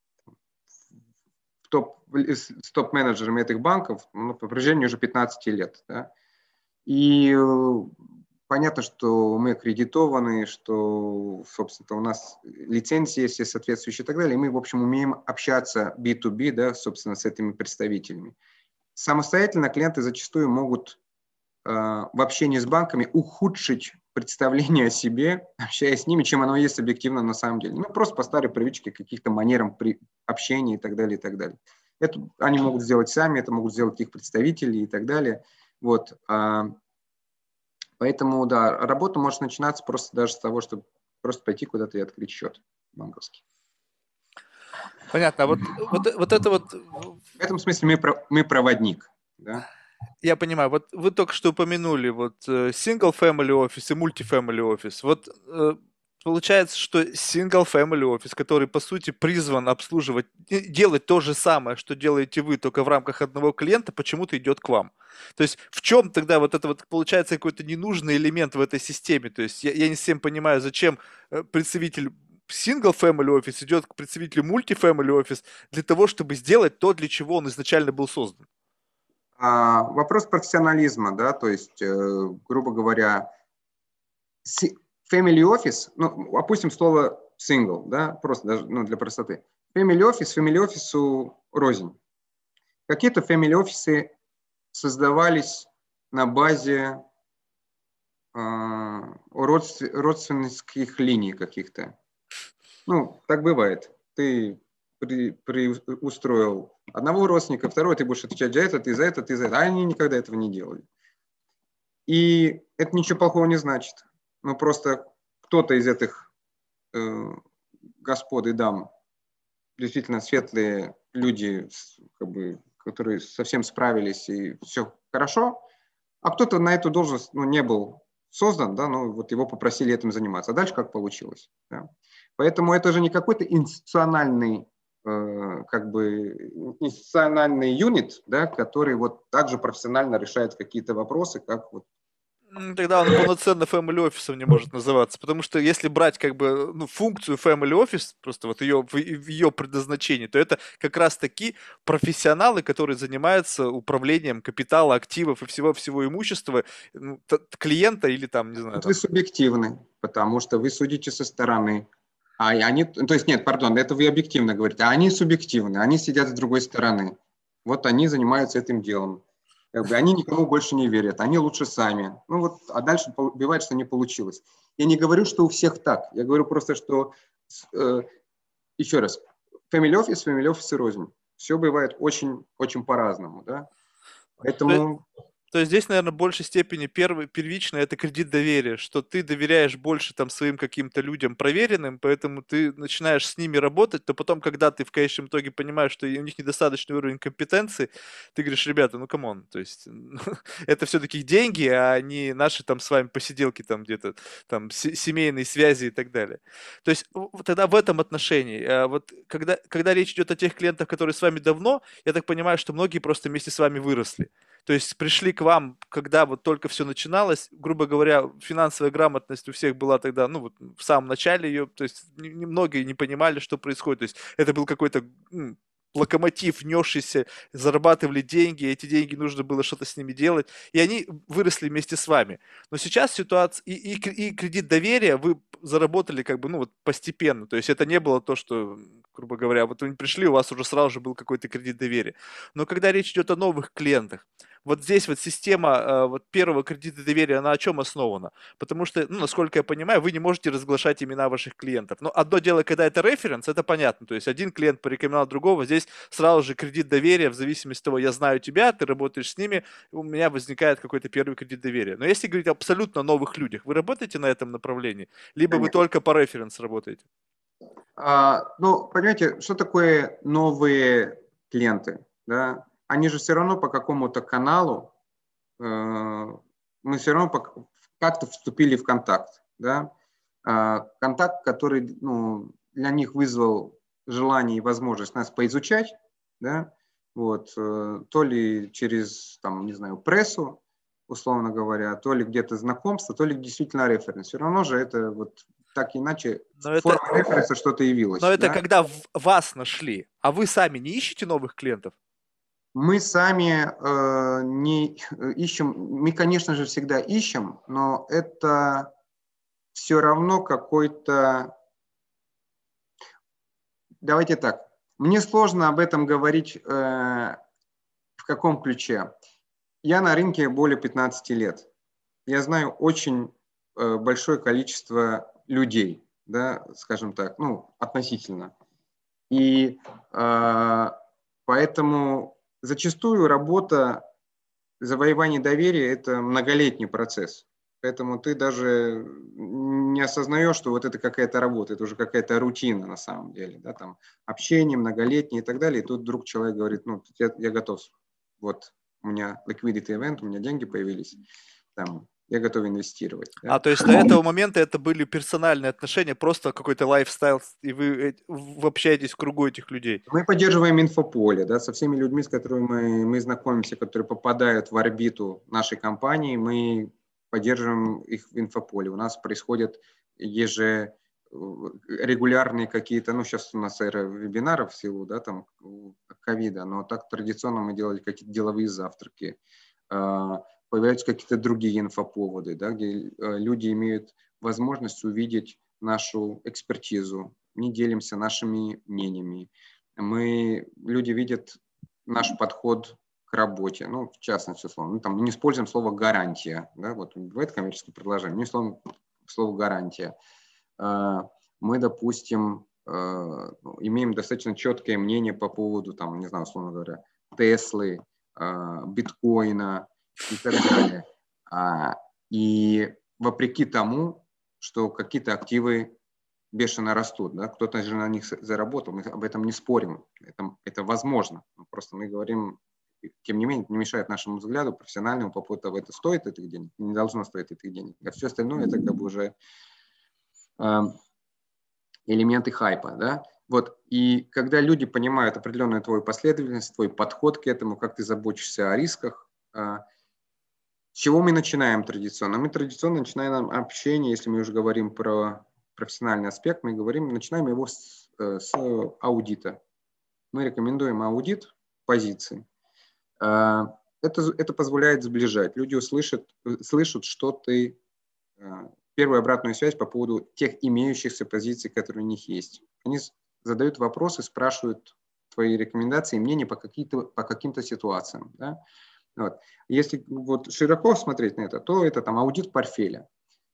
топ, с топ-менеджерами этих банков ну, по протяжении уже пятнадцати лет. Да? И э, понятно, что мы аккредитованы, что, собственно, у нас лицензии есть соответствующие и так далее, и мы, в общем, умеем общаться би ту би, да, собственно, с этими представителями. Самостоятельно клиенты зачастую могут в общении с банками ухудшить представление о себе, общаясь с ними, чем оно есть объективно на самом деле. Ну, просто по старой привычке, каких-то манерам при общении и так далее, и так далее. Это они могут сделать сами, это могут сделать их представители и так далее. Вот. Поэтому, да, работа может начинаться просто даже с того, чтобы просто пойти куда-то и открыть счет банковский. Понятно. А вот, вот, вот это вот... В этом смысле мы, мы проводник, да? Я понимаю, вот вы только что упомянули вот single family office и multi-family office. Вот э, получается, что single family office, который по сути призван обслуживать, делать то же самое, что делаете вы, только в рамках одного клиента, почему-то идет к вам. То есть в чем тогда вот это вот получается какой-то ненужный элемент в этой системе? То есть я, я не совсем понимаю, зачем представитель single family office идет к представителю multi-family office для того, чтобы сделать то, для чего он изначально был создан. А, вопрос профессионализма, да, то есть, э, грубо говоря, family office, ну, опустим слово single, да, просто даже, ну, для простоты. Family office, family office рознь. Какие-то family office создавались на базе э, родствен, родственных линий каких-то. Ну, так бывает. Ты при, при, устроил одного родственника, второй, ты будешь отвечать за это, ты за это, ты за это. А они никогда этого не делали. И это ничего плохого не значит. Ну, просто кто-то из этих э, господ и дам действительно светлые люди, как бы, которые совсем справились и все хорошо, а кто-то на эту должность ну, не был создан, да, ну вот его попросили этим заниматься. А дальше как получилось. Да? Поэтому это же не какой-то институциональный, э, как бы, институциональный юнит, да, который вот также профессионально решает какие-то вопросы, как вот. Тогда он полноценно family office не может называться, потому что если брать как бы ну, функцию family office, просто вот ее в, в ее предназначении, то это как раз таки профессионалы, которые занимаются управлением капитала, активов и всего-всего имущества ну, клиента или там, не знаю. Тут Там. Вы субъективны, потому что вы судите со стороны. А они, то есть нет, пардон, это вы объективно говорите, а они субъективны, они сидят с другой стороны. Вот они занимаются этим делом. Как бы они никому больше не верят, они лучше сами. Ну вот, а дальше бывает, что не получилось. Я не говорю, что у всех так. Я говорю просто, что э, еще раз, family office, family office рознь. Все бывает очень, очень по-разному, да. Поэтому То есть здесь, наверное, в большей степени первый, первичное это кредит доверия, что ты доверяешь больше там своим каким-то людям проверенным, поэтому ты начинаешь с ними работать, то потом, когда ты в конечном итоге понимаешь, что у них недостаточный уровень компетенции, ты говоришь, ребята, ну камон, то есть это все-таки деньги, а не наши там с вами посиделки там где-то, там семейные связи и так далее. То есть тогда в этом отношении, вот когда, когда речь идет о тех клиентах, которые с вами давно, я так понимаю, что многие просто вместе с вами выросли. То есть пришли к вам, когда вот только все начиналось, грубо говоря, финансовая грамотность у всех была тогда, ну вот в самом начале ее, то есть немногие не понимали, что происходит. То есть это был какой-то м, локомотив, несшийся, зарабатывали деньги, эти деньги нужно было что-то с ними делать, и они выросли вместе с вами. Но сейчас ситуация, и, и, и кредит доверия вы заработали как бы, ну вот постепенно, то есть это не было то, что, грубо говоря, вот вы пришли, у вас уже сразу же был какой-то кредит доверия. Но когда речь идет о новых клиентах, вот здесь вот система э, вот первого кредита доверия, она о чем основана? Потому что, ну, насколько я понимаю, вы не можете разглашать имена ваших клиентов. Но одно дело, когда это референс, это понятно. То есть один клиент порекомендовал другого, здесь сразу же кредит доверия, в зависимости от того, я знаю тебя, ты работаешь с ними, у меня возникает какой-то первый кредит доверия. Но если говорить об абсолютно новых людях, вы работаете на этом направлении? Либо вы только по референс работаете? А, ну, понимаете, что такое новые клиенты? Да? Они же все равно по какому-то каналу, э, мы все равно по, как-то вступили в контакт. Да? А, контакт, который ну, для них вызвал желание и возможность нас поизучать, да? Вот, э, то ли через, там, не знаю, прессу, условно говоря, то ли где-то знакомство, то ли действительно референс. Все равно же это вот так или иначе Но это, форма референса что-то явилось. но это Да? когда в- вас нашли, а вы сами не ищете новых клиентов? Мы сами э, не ищем, мы, конечно же, всегда ищем, но это все равно какой-то... Давайте так, мне сложно об этом говорить э, в каком ключе. Я на рынке более пятнадцати лет. Я знаю очень э, большое количество людей, да, скажем так, ну, относительно. И э, поэтому зачастую работа завоевание доверия – это многолетний процесс. Поэтому ты даже не осознаешь, что вот это какая-то работа, это уже какая-то рутина на самом деле. Да, там общение многолетнее и так далее. И тут вдруг человек говорит, ну, я, я готов. Вот у меня liquidity event, у меня деньги появились. Там, я готов инвестировать. А, Да. то есть до этого момента это были персональные отношения, просто какой-то лайфстайл, и вы, вы общаетесь в кругу этих людей. Мы поддерживаем инфополе, да, со всеми людьми, с которыми мы, мы знакомимся, которые попадают в орбиту нашей компании, мы поддерживаем их в инфополе. У нас происходят еже, регулярные какие-то, ну, сейчас у нас эра вебинаров в силу, да, там, ковида, но так традиционно мы делали какие-то деловые завтраки, появляются какие-то другие инфоповоды, да, где люди имеют возможность увидеть нашу экспертизу, не делимся нашими мнениями. Мы, люди видят наш подход к работе, ну, в частности, условно, ну, там, не используем слово «гарантия», да, вот бывает коммерческое предложение, не слово, слово «гарантия». Мы, допустим, имеем достаточно четкое мнение по поводу, там, не знаю, условно говоря, Теслы, биткоина и так далее. И вопреки тому, что какие-то активы бешено растут, да, кто-то же на них заработал, мы об этом не спорим, это, это возможно, просто мы говорим, тем не менее, это не мешает нашему взгляду профессиональному по поводу того, это стоит этих денег, не должно стоить этих денег, а все остальное это как бы уже э, элементы хайпа, да, вот, и когда люди понимают определенную твою последовательность, твой подход к этому, как ты заботишься о рисках, э, с чего мы начинаем традиционно? Мы традиционно начинаем общение, если мы уже говорим про профессиональный аспект, мы говорим, начинаем его с, с аудита. Мы рекомендуем аудит позиций. Это, это позволяет сближать. Люди услышат, слышат, что ты, первую обратную связь по поводу тех имеющихся позиций, которые у них есть. Они задают вопросы, спрашивают твои рекомендации, мнения по, по каким-то ситуациям. Да? Вот. Если вот широко смотреть на это, то это там аудит портфеля.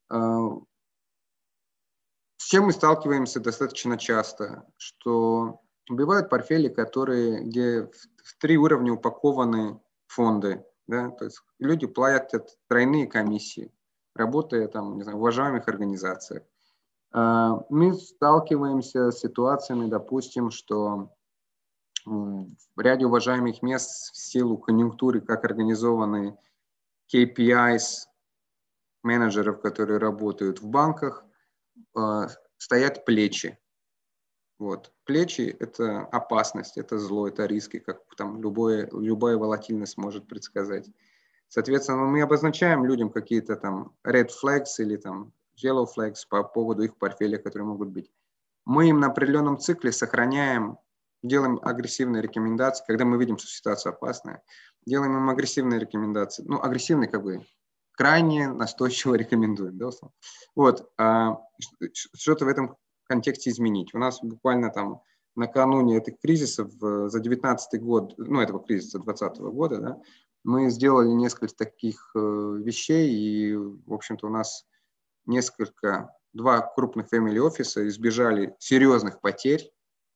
С чем мы сталкиваемся достаточно часто, что бывают портфели, которые, где в три уровня упакованы фонды, да, то есть люди платят тройные комиссии, работая там, не знаю, в уважаемых организациях. Мы сталкиваемся с ситуациями, допустим, что в ряде уважаемых мест в силу конъюнктуры, как организованы кей пи ай эс менеджеров, которые работают в банках, стоят плечи. Вот. Плечи – это опасность, это зло, это риски, как там любое, любая волатильность может предсказать. Соответственно, мы обозначаем людям какие-то там red flags или там yellow flags по поводу их портфеля, которые могут быть. Мы им на определенном цикле сохраняем, делаем агрессивные рекомендации, когда мы видим, что ситуация опасная, делаем им агрессивные рекомендации. Ну, агрессивные как бы крайне настойчиво рекомендуем. Да, вот. А, что-то в этом контексте изменить. У нас буквально там накануне этих кризисов за девятнадцатый год, ну, этого кризиса двадцатого года, да, мы сделали несколько таких вещей, и, в общем-то, у нас несколько, два крупных family офиса избежали серьезных потерь,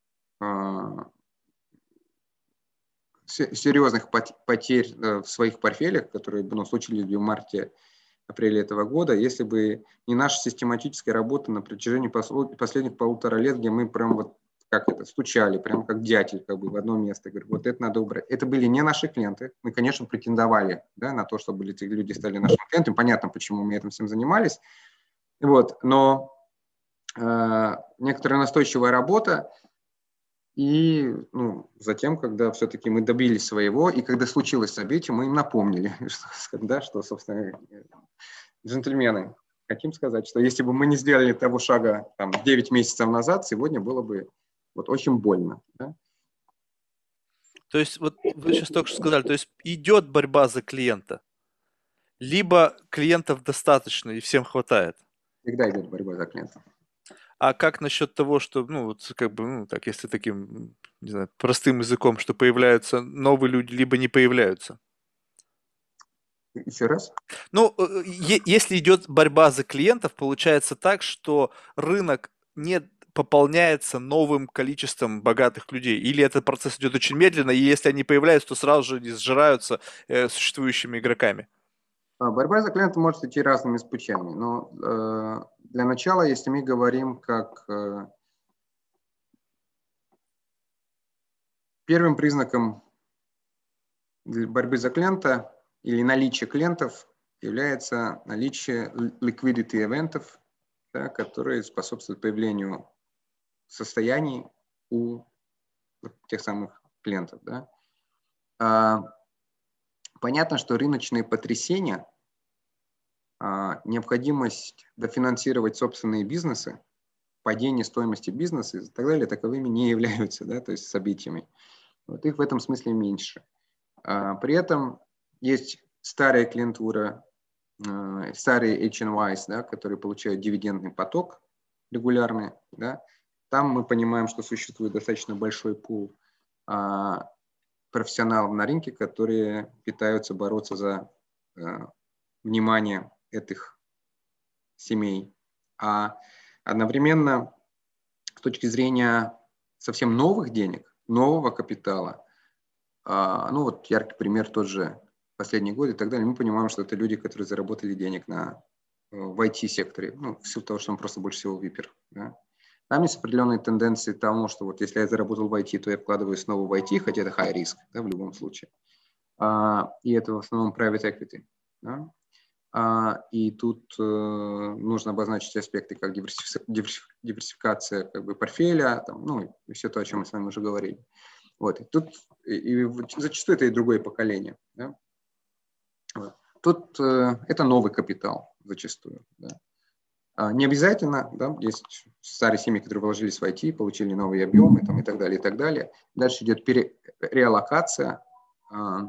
серьезных потерь в своих портфелях, которые ну, случились в марте-апреле этого года, если бы не наша систематическая работа на протяжении последних полутора лет, где мы прям вот как это, стучали, прям как дятел как бы в одно место. Говорю, вот это надо убрать. Это были не наши клиенты. Мы, конечно, претендовали да, на то, чтобы эти люди стали нашими клиентами. Понятно, почему мы этим всем занимались. Вот, но э, некоторая настойчивая работа, и ну, затем, когда все-таки мы добились своего, и когда случилось событие, мы им напомнили, что, да, что, собственно, джентльмены, хотим сказать, что если бы мы не сделали того шага там, девять месяцев назад, сегодня было бы вот, очень больно. Да? То есть, вот вы сейчас только что сказали, то есть идет борьба за клиента, либо клиентов достаточно и всем хватает? Всегда идет борьба за клиентов. А как насчет того, что, ну, вот как бы, ну, так, если таким, не знаю, простым языком, что появляются новые люди, либо не появляются? Еще раз? Ну, если идет борьба за клиентов, получается так, что рынок не пополняется новым количеством богатых людей. Или этот процесс идет очень медленно, и если они появляются, то сразу же они сжираются э, существующими игроками. Борьба за клиента может идти разными путями, но э, для начала, если мы говорим как э, первым признаком борьбы за клиента или наличие клиентов является наличие liquidity eventов, да, которые способствуют появлению состояний у тех самых клиентов. Да. А, понятно, что рыночные потрясения, а, необходимость дофинансировать собственные бизнесы падение стоимости бизнеса и так далее таковыми не являются, да, то есть событиями. Вот их в этом смысле меньше. А, при этом есть старая клиентура, э, старые эйч эн вайс, да, которые получают дивидендный поток регулярный. Да. Там мы понимаем, что существует достаточно большой пул а, профессионалов на рынке, которые пытаются бороться за э, внимание этих семей. А одновременно, с точки зрения совсем новых денег, нового капитала, а, ну вот яркий пример тот же последний год и так далее, мы понимаем, что это люди, которые заработали денег на, в ай ти-секторе, ну, в силу того, что он просто больше всего випер. Да. Там есть определенные тенденции к тому, что вот если я заработал в ай ти, то я вкладываю снова в ай ти, хотя это high risk, да, в любом случае. А, и это в основном private equity. Да. А, и тут э, нужно обозначить аспекты, как диверсификация как бы, портфеля, там, ну и все то, о чем мы с вами уже говорили. Вот. И тут и, и зачастую это и другое поколение. Да. Вот. Тут э, это новый капитал зачастую. Да. А, не обязательно, да, есть старые семьи, которые вложились в ай ти, получили новые объемы там, и так далее, и так далее. Дальше идет пере, реаллокация. Э,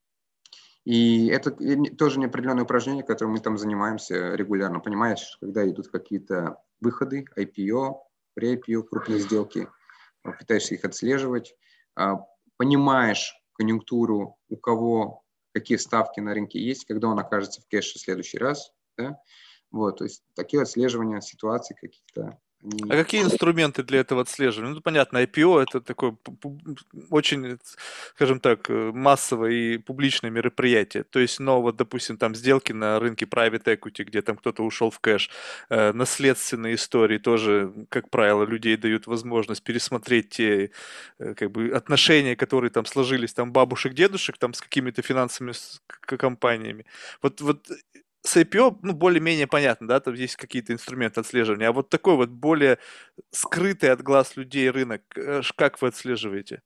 и это тоже неопределенное упражнение, которым мы там занимаемся регулярно. Понимаешь, когда идут какие-то выходы, ай пи о, pre-ай пи о, крупные сделки, пытаешься их отслеживать, понимаешь конъюнктуру, у кого какие ставки на рынке есть, когда он окажется в кэше в следующий раз. Да? Вот, то есть такие отслеживания ситуаций каких-то. А какие инструменты для этого отслеживания? Ну, понятно, ай пи о это такое очень, скажем так, массовое и публичное мероприятие. То есть, но вот, допустим, там сделки на рынке private equity, где там кто-то ушел в кэш, э, наследственные истории тоже, как правило, людей дают возможность пересмотреть те э, как бы отношения, которые там сложились, там бабушек, дедушек, там с какими-то финансовыми с- к- компаниями. Вот, вот с ай пи о, ну, более-менее понятно, да, там есть какие-то инструменты отслеживания, а вот такой вот более скрытый от глаз людей рынок, э, ш- как вы отслеживаете?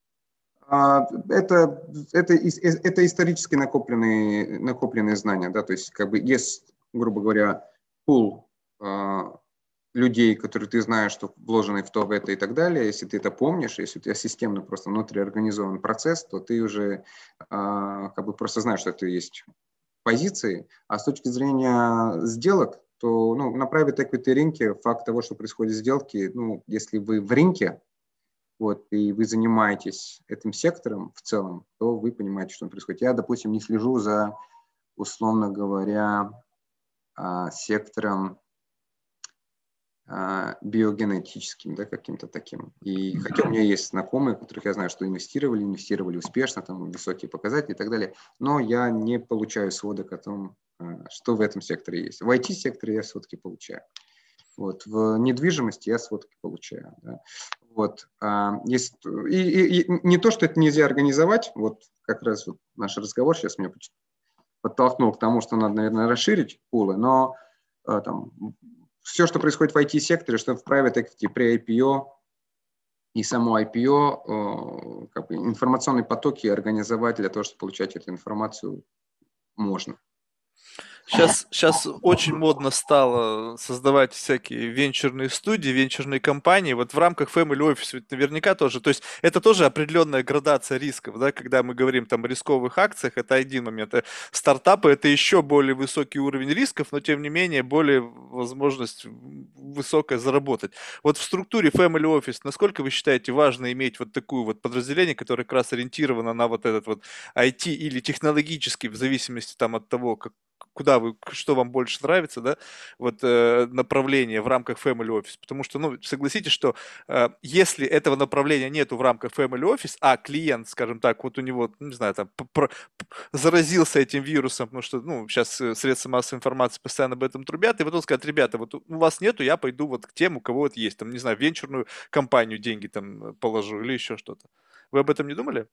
Это, это, это исторически накопленные, накопленные знания, да, то есть как бы есть, грубо говоря, пул людей, которые ты знаешь, что вложены в то, в это и так далее, если ты это помнишь, если у тебя системно просто внутри организован процесс, то ты уже как бы просто знаешь, что это есть позиции, а с точки зрения сделок, то ну, на private equity рынке факт того, что происходят сделки, ну, если вы в рынке, вот, и вы занимаетесь этим сектором в целом, то вы понимаете, что происходит. Я, допустим, не слежу за, условно говоря, сектором биогенетическим, да, каким-то таким. И хотя у меня есть знакомые, которых я знаю, что инвестировали, инвестировали успешно, там высокие показатели и так далее, но я не получаю сводок о том, что в этом секторе есть. В ай ти-секторе я сводки получаю. Вот. В недвижимости я сводки получаю. Да. Вот. Есть, и, и, и не то, что это нельзя организовать, вот как раз вот наш разговор сейчас меня подтолкнул к тому, что надо, наверное, расширить пулы, но там, все, что происходит в ай ти-секторе, что в private equity, при ай пи о и само ай пи о, как бы информационные потоки организовать для того, чтобы получать эту информацию, можно. Сейчас, сейчас очень модно стало создавать всякие венчурные студии, венчурные компании. Вот в рамках Family Office ведь наверняка тоже. То есть это тоже определенная градация рисков, да, когда мы говорим там о рисковых акциях, это один момент. А стартапы это еще более высокий уровень рисков, но тем не менее более возможность высокая заработать. Вот в структуре Family Office, насколько вы считаете важно иметь вот такую вот подразделение, которое как раз ориентировано на вот этот вот ай ти или технологический, в зависимости там от того, как куда вы, что вам больше нравится, да, вот э, направление в рамках Family Office, потому что, ну, согласитесь, что э, если этого направления нету в рамках Family Office, а клиент, скажем так, вот у него, не знаю, там, заразился этим вирусом, потому что, ну, сейчас средства массовой информации постоянно об этом трубят, и вот он скажет, ребята, вот у вас нету, я пойду вот к тем, у кого вот есть, там, не знаю, венчурную компанию деньги там положу или еще что-то. Вы об этом не думали?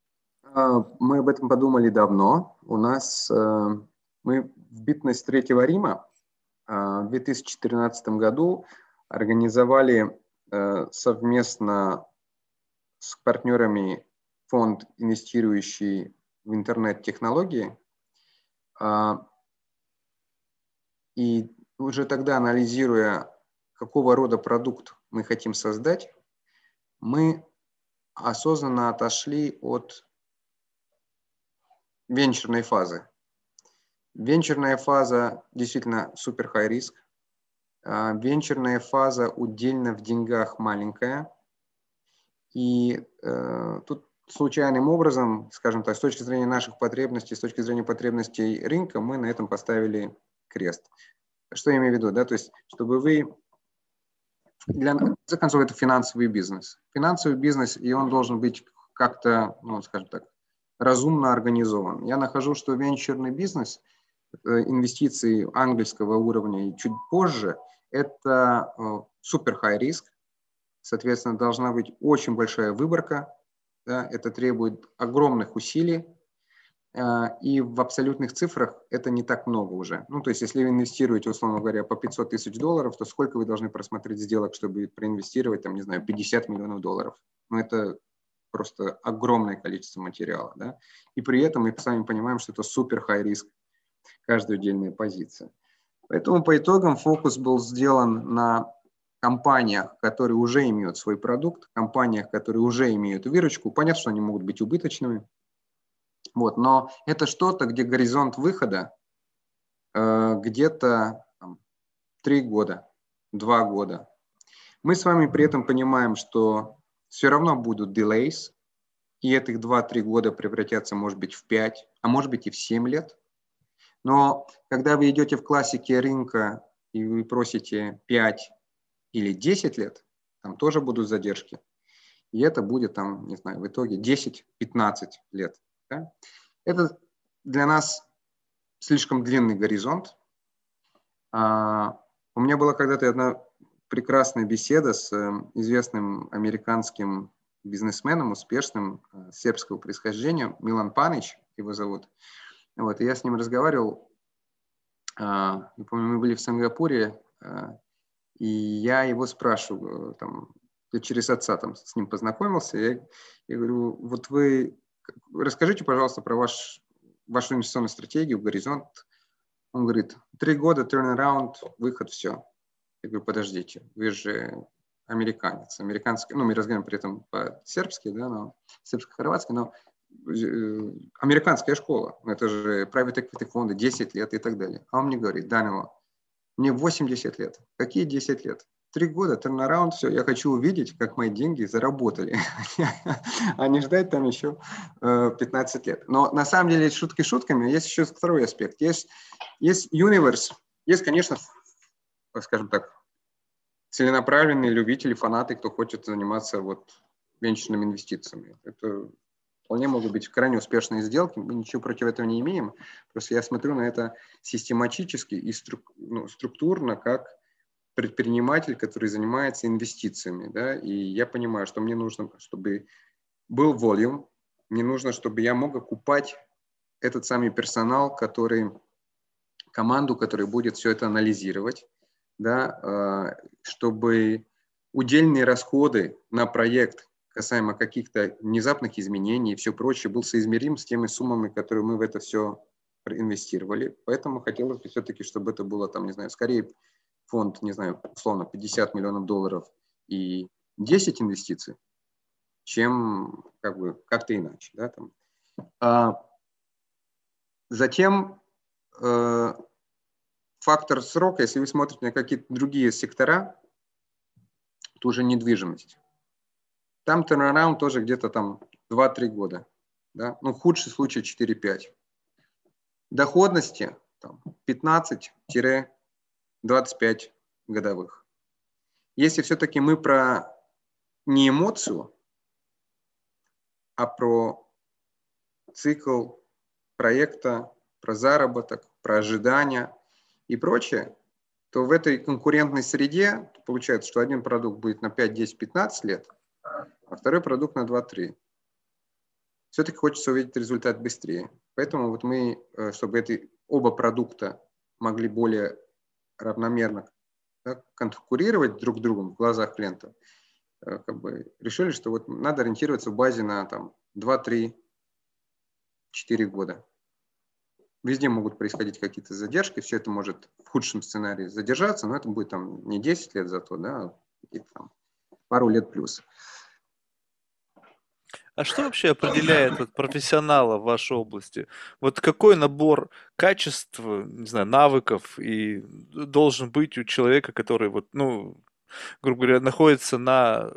Мы об этом подумали давно. У нас мы в бытность Третьего Рима в две тысячи тринадцатом году организовали совместно с партнерами фонд, инвестирующий в интернет-технологии. И уже тогда, анализируя какого рода продукт мы хотим создать, мы осознанно отошли от венчурной фазы. Венчурная фаза действительно супер high риск. Венчурная фаза удельно в деньгах маленькая. И э, тут случайным образом, скажем так, с точки зрения наших потребностей, с точки зрения потребностей рынка, мы на этом поставили крест. Что я имею в виду? Да? То есть, чтобы вы... Для, в конце концов, это финансовый бизнес. Финансовый бизнес, и он должен быть как-то, ну, скажем так, разумно организован. Я нахожу, что венчурный бизнес, инвестиции ангельского уровня и чуть позже, это супер high риск. Соответственно, должна быть очень большая выборка. Да, это требует огромных усилий. И в абсолютных цифрах это не так много уже. Ну, то есть, если вы инвестируете, условно говоря, по пятьсот тысяч долларов, то сколько вы должны просмотреть сделок, чтобы проинвестировать, там, не знаю, пятьдесят миллионов долларов? Ну, это просто огромное количество материала. Да? И при этом мы сами понимаем, что это супер high риск, каждая отдельная позиция. Поэтому по итогам фокус был сделан на компаниях, которые уже имеют свой продукт, компаниях, которые уже имеют выручку. Понятно, что они могут быть убыточными. Вот, но это что-то, где горизонт выхода э, где-то три года, два года. Мы с вами при этом понимаем, что все равно будут delays, и этих два-три года превратятся, может быть, в пять, а может быть и в семь лет. Но когда вы идете в классике рынка и вы просите пять или десять лет, там тоже будут задержки. И это будет, там, не знаю, в итоге десять-пятнадцать лет. Да? Это для нас слишком длинный горизонт. А, у меня была когда-то одна прекрасная беседа с известным американским бизнесменом, успешным, сербского происхождения, Милан Панич его зовут. Вот, и я с ним разговаривал, а, я помню, мы были в Сингапуре, а, и я его спрашиваю, там, я через отца там с ним познакомился, я, я говорю, вот вы расскажите, пожалуйста, про ваш, вашу инвестиционную стратегию, горизонт. Он говорит, три года, turnaround, выход, все. Я говорю, подождите, вы же американец. Американский, ну, мы разговариваем при этом по-сербски, да, но сербско-хорватски, но э, американская школа. Это же private equity фонды, десять лет и так далее. А он мне говорит, Данила, мне восемьдесят лет. Какие десять лет? Три года, turnaround, все. Я хочу увидеть, как мои деньги заработали, а не ждать там еще пятнадцать лет. Но на самом деле, шутки шутками, есть еще второй аспект. Есть, есть universe, есть, конечно, скажем так, целенаправленные любители, фанаты, кто хочет заниматься вот венчурными инвестициями. Это вполне могут быть крайне успешные сделки, мы ничего против этого не имеем. Просто я смотрю на это систематически и струк, ну, структурно, как предприниматель, который занимается инвестициями. Да? И я понимаю, что мне нужно, чтобы был volume, мне нужно, чтобы я мог окупать этот самый персонал, который, команду, которая будет все это анализировать, да? Чтобы удельные расходы на проект касаемо каких-то внезапных изменений и все прочее, был соизмерим с теми суммами, которые мы в это все инвестировали. Поэтому хотелось бы все-таки, чтобы это было, там, не знаю, скорее фонд, не знаю, условно, пятьдесят миллионов долларов и десять инвестиций, чем как бы как-то иначе. Да, там. А, затем э, фактор срока, если вы смотрите на какие-то другие сектора, то уже недвижимость. Там turnaround тоже где-то там два-три года. Да? Ну, худший случай четыре-пять. Доходности пятнадцать-двадцать пять годовых. Если все-таки мы про не эмоцию, а про цикл проекта, про заработок, про ожидания и прочее, то в этой конкурентной среде получается, что один продукт будет на пять, десять, пятнадцать лет, а второй продукт на два-три. Все-таки хочется увидеть результат быстрее. Поэтому вот мы, чтобы эти оба продукта могли более равномерно, да, конкурировать друг с другом в глазах клиентов, как бы решили, что вот надо ориентироваться в базе на там, два-три-четыре года. Везде могут происходить какие-то задержки, все это может в худшем сценарии задержаться, но это будет там не десять лет зато, да, а там пару лет плюс. А что вообще определяет вот профессионала в вашей области? Вот какой набор качеств, не знаю, навыков и должен быть у человека, который вот, ну, грубо говоря, находится на,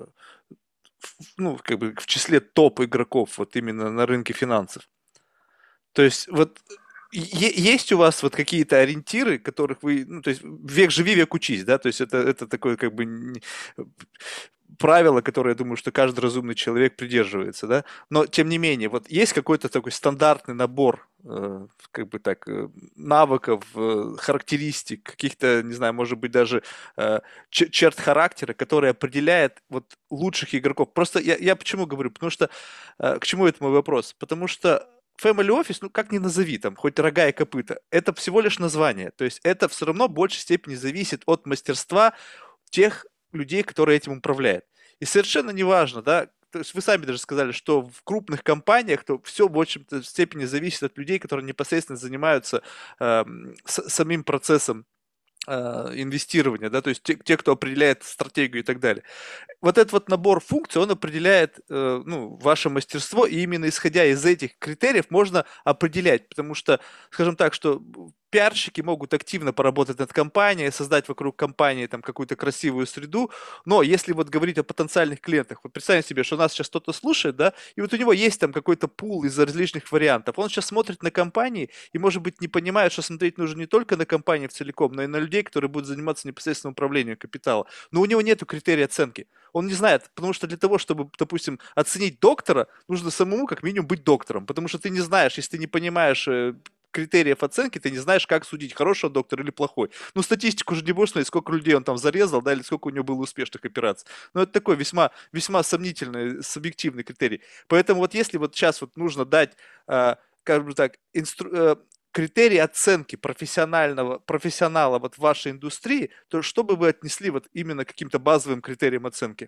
ну, как бы в числе топ игроков вот именно на рынке финансов? То есть вот е- есть у вас вот какие-то ориентиры, которых вы, ну, то есть век живи, век учись, да, то есть это, это такое как бы не- правило, которое, я думаю, что каждый разумный человек придерживается, да, но тем не менее, вот есть какой-то такой стандартный набор, э, как бы так, э, навыков, э, характеристик, каких-то, не знаю, может быть, даже э, чер- черт характера, который определяет вот лучших игроков. Просто я, я почему говорю, потому что, э, к чему это мой вопрос? Потому что Family Office, ну как ни назови, там, хоть рога и копыта, это всего лишь название. То есть это все равно в большей степени зависит от мастерства тех людей, которые этим управляют. И совершенно неважно, да, то есть вы сами даже сказали, что в крупных компаниях то все в общем-то степени зависит от людей, которые непосредственно занимаются э, с, самим процессом э, инвестирования, да, то есть те, те, кто определяет стратегию и так далее. Вот этот вот набор функций, он определяет э, ну, ваше мастерство, и именно исходя из этих критериев можно определять, потому что, скажем так, что пиарщики могут активно поработать над компанией, создать вокруг компании там какую-то красивую среду, но если вот говорить о потенциальных клиентах, вот представьте себе, что нас сейчас кто-то слушает, да, и вот у него есть там какой-то пул из различных вариантов, он сейчас смотрит на компании и, может быть, не понимает, что смотреть нужно не только на компании в целиком, но и на людей, которые будут заниматься непосредственно управлением капитала, но у него нет критерия оценки. Он не знает, потому что для того, чтобы, допустим, оценить доктора, нужно самому как минимум быть доктором, потому что ты не знаешь, если ты не понимаешь э, критериев оценки, ты не знаешь, как судить, хороший он доктор или плохой. Ну, статистику же не будешь смотреть, сколько людей он там зарезал, да, или сколько у него было успешных операций. Но это такой весьма, весьма сомнительный, субъективный критерий. Поэтому вот если вот сейчас вот нужно дать, э, скажем так, инстру, э, критерий оценки профессионального профессионала вот в вашей индустрии, то что бы вы отнесли вот именно к каким-то базовым критериям оценки?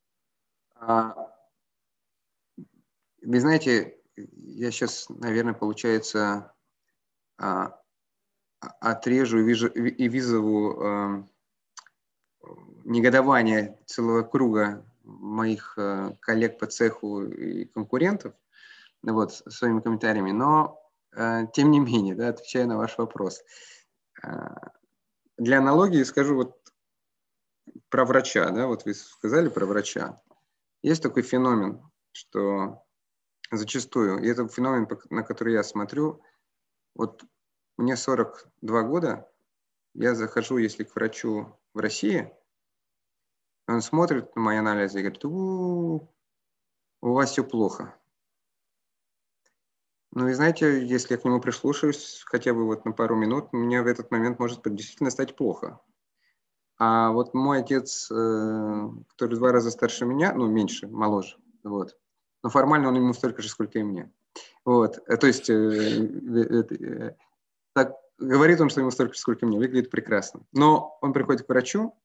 А, вы знаете, я сейчас, наверное, получается, а, отрежу и, вижу, и вызову а, негодование целого круга моих а, коллег по цеху и конкурентов, вот, своими комментариями, но а, тем не менее, да, отвечая на ваш вопрос, а, для аналогии скажу вот про врача, да, вот вы сказали про врача. Есть такой феномен, что зачастую, и это феномен, на который я смотрю, вот мне сорок два года, я захожу, если к врачу в России, он смотрит на мои анализы и говорит: у, у вас все плохо. Ну и знаете, если я к нему прислушаюсь хотя бы вот на пару минут, мне в этот момент может действительно стать плохо. А вот мой отец, который в два раза старше меня, ну меньше, моложе, вот, но формально он ему столько же, сколько и мне. Вот, то есть так, говорит он, что ему столько же, сколько и мне, выглядит прекрасно. Но он приходит к врачу,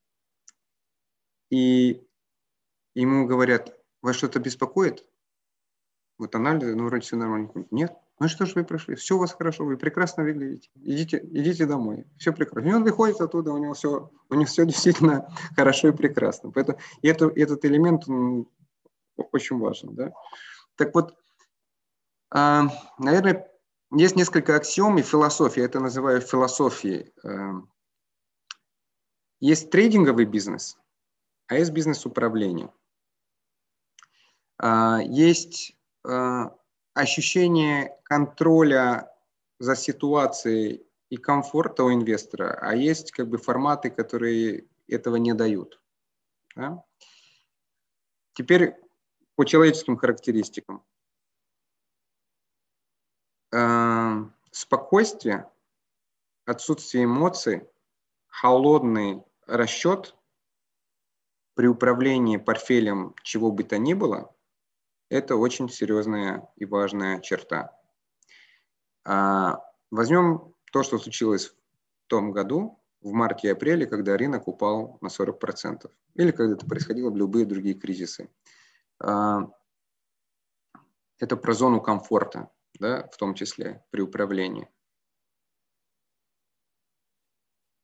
и ему говорят: вас что-то беспокоит? Вот анализы, ну, вроде все нормально. Нет. Ну что ж вы прошли? Все у вас хорошо, вы прекрасно выглядите. Идите, идите домой. Все прекрасно. И он выходит оттуда, у него все, у него все действительно хорошо и прекрасно. Поэтому это, этот элемент он очень важен. Да? Так вот, а, наверное, есть несколько аксиом и философий. Я это называю философией. Есть трейдинговый бизнес, а есть бизнес управления. Есть ощущение контроля за ситуацией и комфорта у инвестора, а есть как бы форматы, которые этого не дают. Да? Теперь по человеческим характеристикам. Спокойствие, отсутствие эмоций, холодный расчет при управлении портфелем чего бы то ни было – это очень серьезная и важная черта. Возьмем то, что случилось в том году, в марте и апреле, когда рынок упал на сорок процентов, или когда это происходило в любые другие кризисы. Это про зону комфорта, да, в том числе при управлении.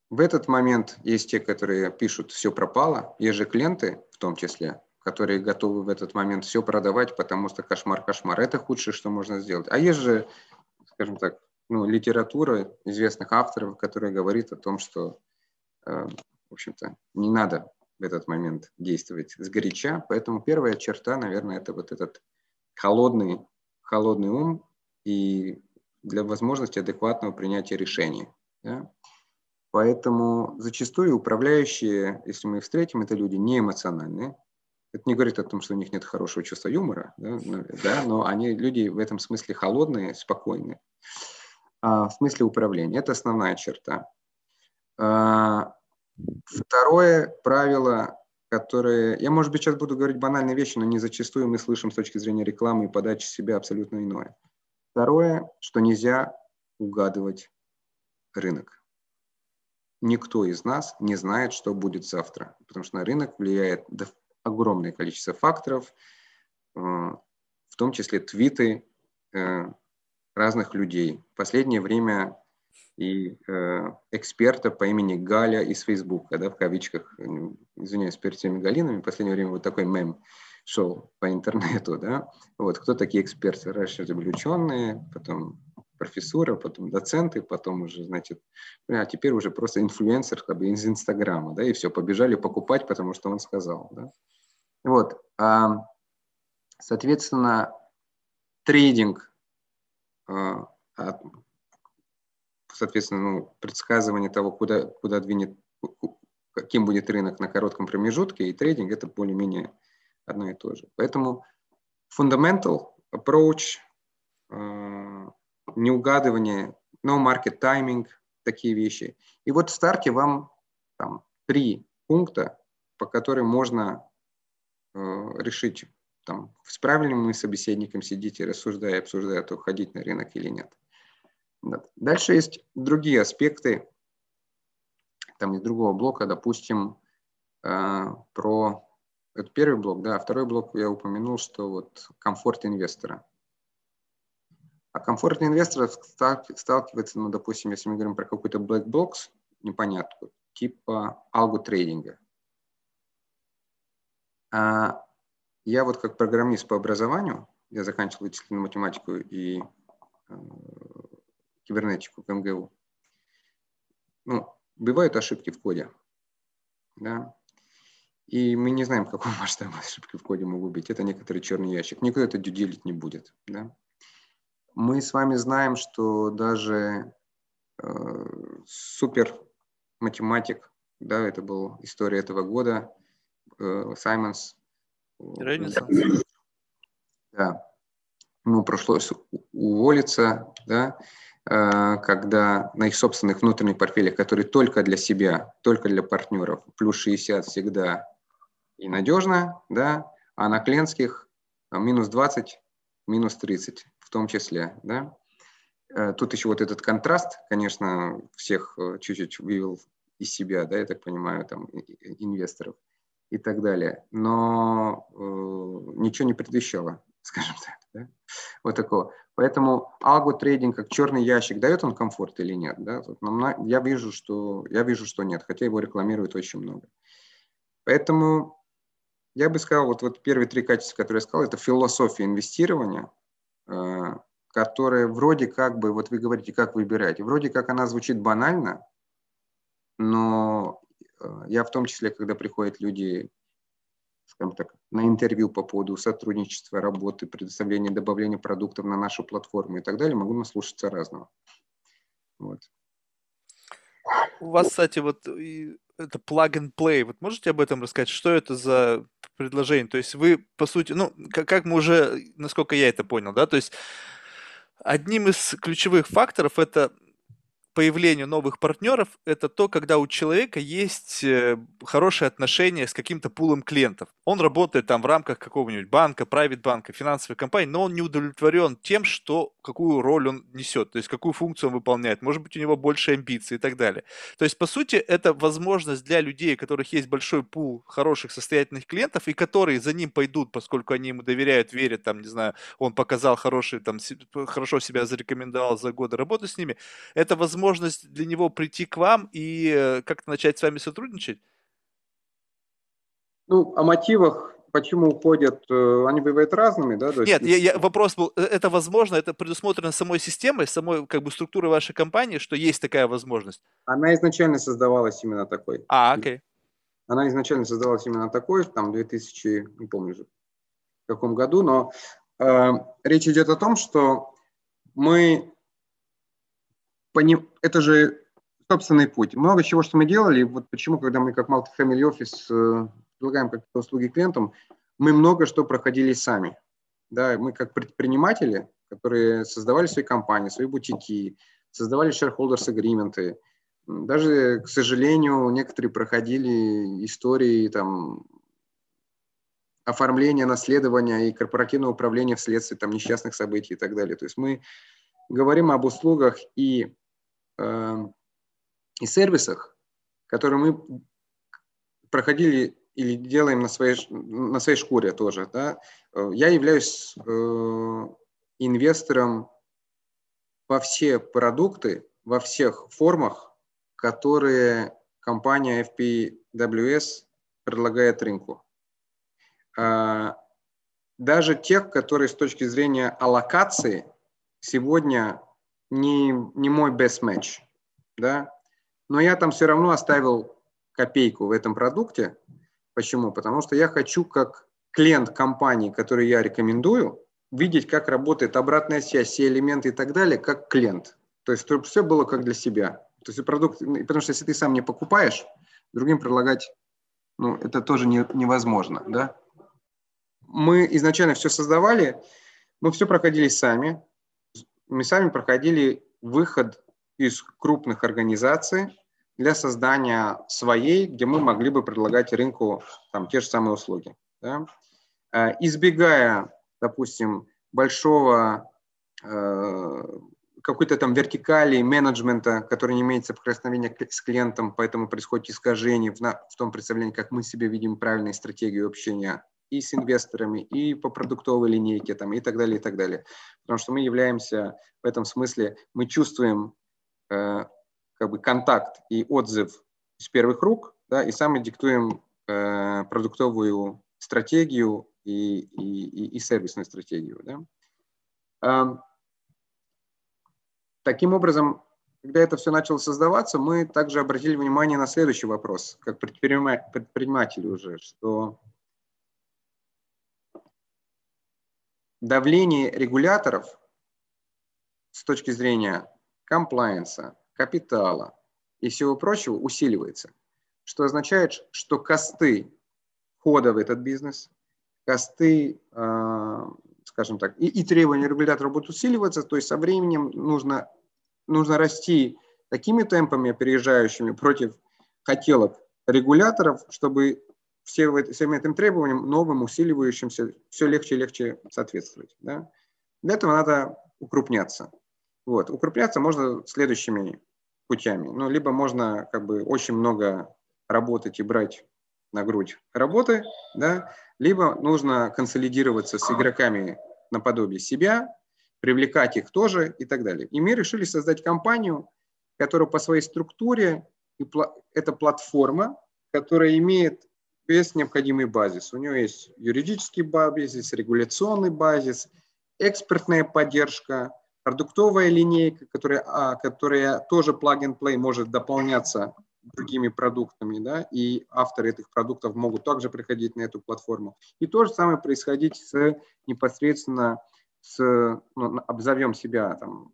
В этот момент есть те, которые пишут «все пропало», есть же клиенты в том числе, которые готовы в этот момент все продавать, потому что кошмар, кошмар. Это худшее, что можно сделать. А есть же, скажем так, ну, литература известных авторов, которая говорит о том, что, э, в общем-то, не надо в этот момент действовать сгоряча. Поэтому первая черта, наверное, это вот этот холодный, холодный ум и для возможности адекватного принятия решений. Да? Поэтому зачастую управляющие, если мы их встретим, это люди не эмоциональные. Это не говорит о том, что у них нет хорошего чувства юмора, да, но, да, но они люди в этом смысле холодные, спокойные. А в смысле управления. Это основная черта. А, второе правило, которое... Я, может быть, сейчас буду говорить банальные вещи, но не зачастую мы слышим с точки зрения рекламы и подачи себя абсолютно иное. Второе, что нельзя угадывать рынок. Никто из нас не знает, что будет завтра, потому что на рынок влияет огромное количество факторов, в том числе твиты разных людей. В последнее время и эксперта по имени Галя из Фейсбука, да, в кавычках, извиняюсь, перед всеми Галинами, в последнее время вот такой мем шел по интернету, да, вот, кто такие эксперты, раньше это были ученые, потом профессора, потом доценты, потом уже, значит, а теперь уже просто инфлюенсер как бы из Инстаграма, да, и все, побежали покупать, потому что он сказал, да. Вот, а, соответственно, трейдинг, а, соответственно, ну, предсказывание того, куда, куда двинет, каким будет рынок на коротком промежутке, и трейдинг – это более-менее одно и то же. Поэтому fundamental approach, неугадывание, no market timing, такие вещи. И вот в старте вам там три пункта, по которым можно э, решить, там, с правильным собеседником сидите, рассуждая, обсуждая, то ходить на рынок или нет. Дальше есть другие аспекты, там из другого блока, допустим, э, про... Это первый блок, да, а второй блок я упомянул, что вот комфорт инвестора. А комфорт инвестора сталкивается, ну, допустим, если мы говорим про какой-то black box, непонятку, типа алго-трейдинга. А я вот как программист по образованию, я заканчивал вычислительную математику и э, кибернетику в эм гэ у. Ну, бывают ошибки в коде, да, и мы не знаем, какого масштаба ошибки в коде могут быть. Это некоторый черный ящик. Никто это дюдилить не будет, да. Мы с вами знаем, что даже э, супер математик, да, это была история этого года, э, Саймонс. Ренессанс. Да, ему пришлось уволиться, да, э, когда на их собственных внутренних портфелях, которые только для себя, только для партнеров, плюс шестьдесят всегда и надежно, да, а на клиентских минус двадцать, минус тридцать в том числе, да. Тут еще вот этот контраст, конечно, всех чуть-чуть вывел из себя, да, я так понимаю, там, инвесторов и так далее. Но э, ничего не предвещало, скажем так, да? Вот такого. Поэтому алго-трейдинг как черный ящик, дает он комфорт или нет? Да? Я вижу, что, я вижу, что нет, хотя его рекламируют очень много. Поэтому я бы сказал, вот, вот первые три качества, которые я сказал, это философия инвестирования, э, которая вроде как бы, вот вы говорите, как выбирать, вроде как она звучит банально, но я в том числе, когда приходят люди, скажем так, на интервью по поводу сотрудничества, работы, предоставления, добавления продуктов на нашу платформу и так далее, могу наслушаться разного. Вот. У вас, кстати, вот это plug and play. Вот можете об этом рассказать? Что это за предложение? То есть вы, по сути, ну, как, как мы уже, насколько я это понял, да, то есть одним из ключевых факторов это появлению новых партнеров, это то, когда у человека есть хорошие отношения с каким-то пулом клиентов. Он работает там в рамках какого-нибудь банка, private банка, финансовой компании, но он не удовлетворен тем, что, какую роль он несет, то есть какую функцию он выполняет. Может быть, у него больше амбиций и так далее. То есть, по сути, это возможность для людей, у которых есть большой пул хороших, состоятельных клиентов, и которые за ним пойдут, поскольку они ему доверяют, верят, там, не знаю, он показал хороший, там, хорошо себя зарекомендовал за годы работы с ними. Это возможность возможность для него прийти к вам и как-то начать с вами сотрудничать? Ну, о мотивах, почему уходят, они бывают разными, да, то есть... Нет, я, я, вопрос был, это возможно, это предусмотрено самой системой, самой как бы структурой вашей компании, что есть такая возможность? Она изначально создавалась именно такой. А, окей. Она изначально создавалась именно такой, там, в две тысячи, не помню уже, в каком году, но э, речь идет о том, что мы, поним... это же собственный путь. Много чего, что мы делали, вот почему, когда мы как Multifamily Office э, предлагаем какие-то услуги клиентам, мы много что проходили сами. Да, мы как предприниматели, которые создавали свои компании, свои бутики, создавали shareholders agreement. Даже, к сожалению, некоторые проходили истории там, оформления, наследования и корпоративного управления вследствие там, несчастных событий и так далее. То есть мы говорим об услугах и, э, и сервисах, которые мы проходили или делаем на своей, на своей шкуре тоже. Да? Я являюсь э, инвестором во все продукты, во всех формах, которые компания эф пи дабл ю эс предлагает рынку. А, даже тех, которые с точки зрения аллокации сегодня не, не мой best match. Да? Но я там все равно оставил копейку в этом продукте. Почему? Потому что я хочу, как клиент компании, который я рекомендую, видеть, как работает обратная связь, все элементы и так далее, как клиент. То есть, чтобы все было как для себя. То есть продукт, потому что если ты сам не покупаешь, другим предлагать, ну, это тоже не, невозможно, да? Мы изначально все создавали, мы все проходили сами. Мы сами проходили выход из крупных организаций для создания своей, где мы могли бы предлагать рынку там, те же самые услуги. Да? Избегая, допустим, большого э, какой-то там вертикали менеджмента, который не имеет соприкосновения с клиентом, поэтому происходит искажение в, на, в том представлении, как мы себе видим правильную стратегию общения и с инвесторами, и по продуктовой линейке, там, и так далее, и так далее. Потому что мы являемся в этом смысле, мы чувствуем э, как бы контакт и отзыв из первых рук, да, и сами диктуем э, продуктовую стратегию и, и, и, и сервисную стратегию. Да. А, таким образом, когда это все начало создаваться, мы также обратили внимание на следующий вопрос, как предприниматели уже, что давление регуляторов с точки зрения комплайенса, капитала и всего прочего усиливается, что означает, что косты входа в этот бизнес, косты, э, скажем так, и, и требования регулятора будут усиливаться, то есть со временем нужно, нужно расти такими темпами, опережающими против хотелок регуляторов, чтобы все, всем этим требованиям, новым, усиливающимся, все легче и легче соответствовать. Да? Для этого надо укрупняться. Вот. Укрепляться можно следующими путями. Ну, либо можно как бы очень много работать и брать на грудь работы, да, либо нужно консолидироваться с игроками наподобие себя, привлекать их тоже и так далее. И мы решили создать компанию, которая по своей структуре, это платформа, которая имеет весь необходимый базис. У нее есть юридический базис, регуляционный базис, экспертная поддержка, продуктовая линейка, которая, которая тоже plug-and-play может дополняться другими продуктами, да, и авторы этих продуктов могут также приходить на эту платформу. И то же самое происходить с непосредственно с, ну, обзовем себя там,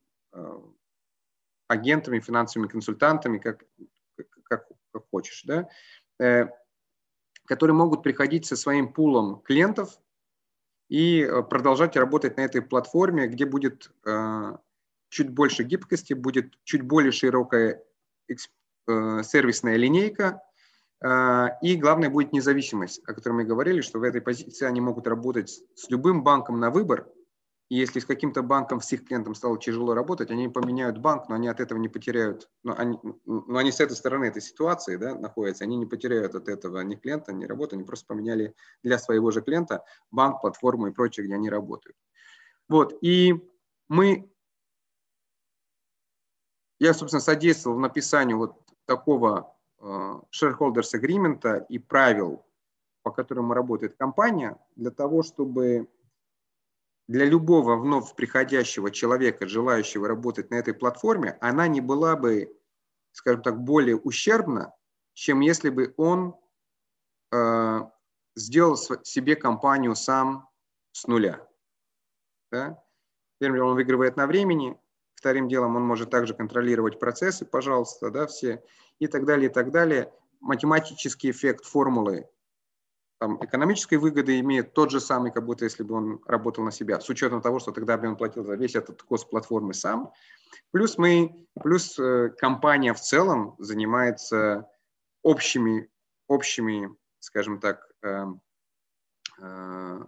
агентами, финансовыми консультантами, как, как, как хочешь, да, э, которые могут приходить со своим пулом клиентов и продолжать работать на этой платформе, где будет э, чуть больше гибкости, будет чуть более широкая э, сервисная линейка, э, и главное будет независимость, о которой мы говорили, что в этой позиции они могут работать с любым банком на выбор, и если с каким-то банком с их клиентом стало тяжело работать, они поменяют банк, но они от этого не потеряют, но они, но они с этой стороны этой ситуации, да, находятся, они не потеряют от этого ни клиента, ни работы, они просто поменяли для своего же клиента банк, платформу и прочее, где они работают. Вот, и мы я, собственно, содействовал написанию вот такого shareholders agreement и правил, по которым работает компания, для того, чтобы для любого вновь приходящего человека, желающего работать на этой платформе, она не была бы, скажем так, более ущербна, чем если бы он э, сделал себе компанию сам с нуля. Да? Первым делом он выигрывает на времени, вторым делом он может также контролировать процессы, пожалуйста, да, все, и так далее, и так далее. Математический эффект формулы там, экономической выгоды имеет тот же самый, как будто если бы он работал на себя, с учетом того, что тогда бы он платил за весь этот кост платформы сам. Плюс мы, плюс э, компания в целом занимается общими, общими, скажем так, э, э,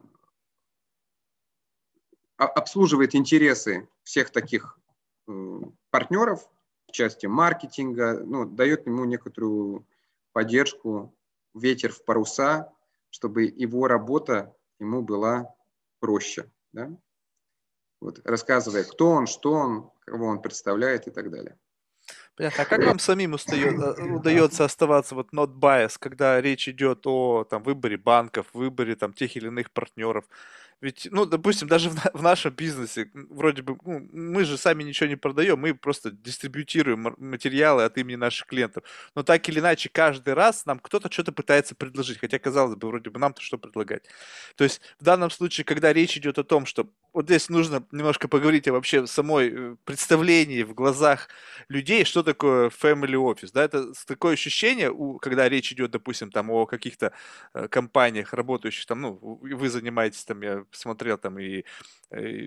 обслуживает интересы всех таких э, партнеров в части маркетинга, ну, дает ему некоторую поддержку, ветер в паруса, чтобы его работа ему была проще. Да? Вот, рассказывая, кто он, что он, кого он представляет и так далее. Понятно. А как вам самим устает, удается оставаться вот not biased, когда речь идет о там, выборе банков, выборе там, тех или иных партнеров? Ведь, ну, допустим, даже в, в нашем бизнесе, вроде бы, ну, мы же сами ничего не продаем, мы просто дистрибьютируем материалы от имени наших клиентов. Но так или иначе, каждый раз нам кто-то что-то пытается предложить, хотя, казалось бы, вроде бы нам-то что предлагать. То есть в данном случае, когда речь идет о том, что вот здесь нужно немножко поговорить о вообще самой представлении в глазах людей, что такое family office, да, это такое ощущение, у, когда речь идет, допустим, там о каких-то э, компаниях, работающих там, ну, вы занимаетесь там, я смотрел там и, и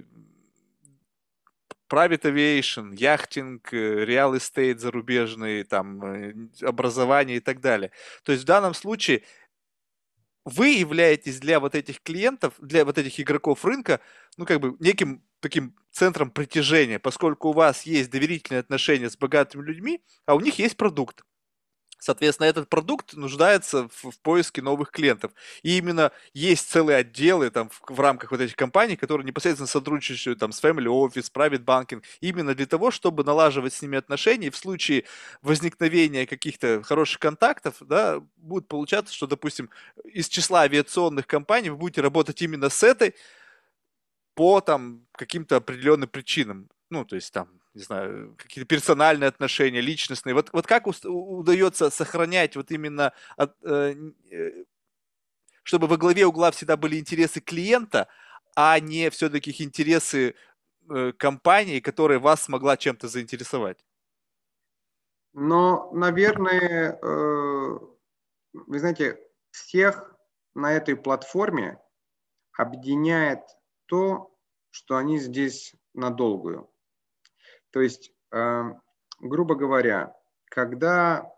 private aviation, яхтинг, real estate зарубежный, там, образование и так далее. То есть в данном случае вы являетесь для вот этих клиентов, для вот этих игроков рынка, ну, как бы неким таким центром притяжения, поскольку у вас есть доверительные отношения с богатыми людьми, а у них есть продукт. Соответственно, этот продукт нуждается в, в поиске новых клиентов. И именно есть целые отделы там, в, в рамках вот этих компаний, которые непосредственно сотрудничают там, с Family Office, Private Banking, именно для того, чтобы налаживать с ними отношения. И в случае возникновения каких-то хороших контактов, да, будет получаться, что, допустим, из числа авиационных компаний вы будете работать именно с этой по там, каким-то определенным причинам. Ну, то есть там, не знаю, какие-то персональные отношения, личностные. Вот, вот как удается сохранять вот именно, от, э, э, чтобы во главе угла всегда были интересы клиента, а не все-таки интересы э, компании, которая вас смогла чем-то заинтересовать? Но, наверное, э, вы знаете, всех на этой платформе объединяет то, что они здесь надолгую. То есть, э, грубо говоря, когда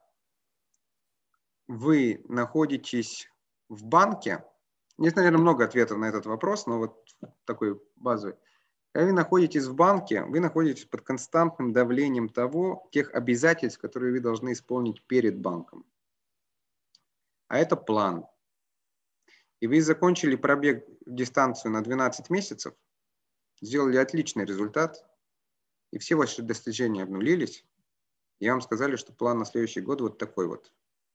вы находитесь в банке, есть, наверное, много ответов на этот вопрос, но вот такой базовый. Когда вы находитесь в банке, вы находитесь под константным давлением того, тех обязательств, которые вы должны исполнить перед банком. А это план. И вы закончили пробег дистанцию на двенадцать месяцев, сделали отличный результат, и все ваши достижения обнулились, и вам сказали, что план на следующий год вот такой вот.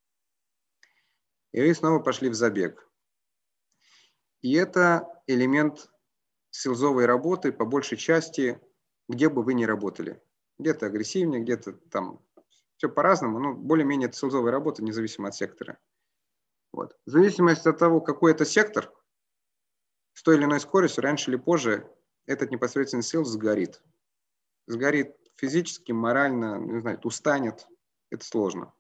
И вы снова пошли в забег. И это элемент селзовой работы по большей части, где бы вы ни работали. Где-то агрессивнее, где-то там все по-разному, но более-менее это селзовая работа, независимо от сектора. Вот. В зависимости от того, какой это сектор, с той или иной скоростью, раньше или позже, этот непосредственный селс сгорит. Сгорит физически, морально, не знаю, устанет. Это сложно.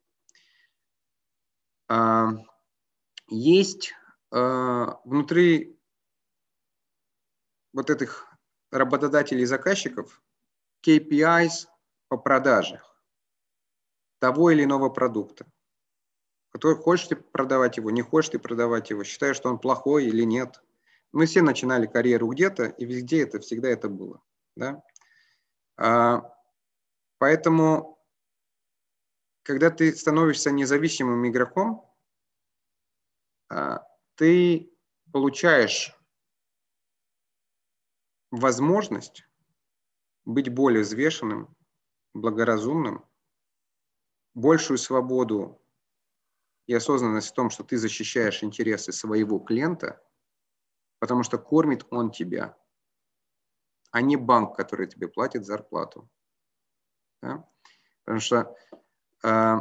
Есть внутри вот этих работодателей и заказчиков кей пи ай по продаже того или иного продукта. Который хочешь ты продавать его, не хочешь ты продавать его, считаешь, что он плохой или нет. Мы все начинали карьеру где-то, и везде это всегда это было. Да? А, поэтому, когда ты становишься независимым игроком, а, ты получаешь возможность быть более взвешенным, благоразумным, большую свободу и осознанность в том, что ты защищаешь интересы своего клиента, потому что кормит он тебя, а не банк, который тебе платит зарплату. Да? Потому что э,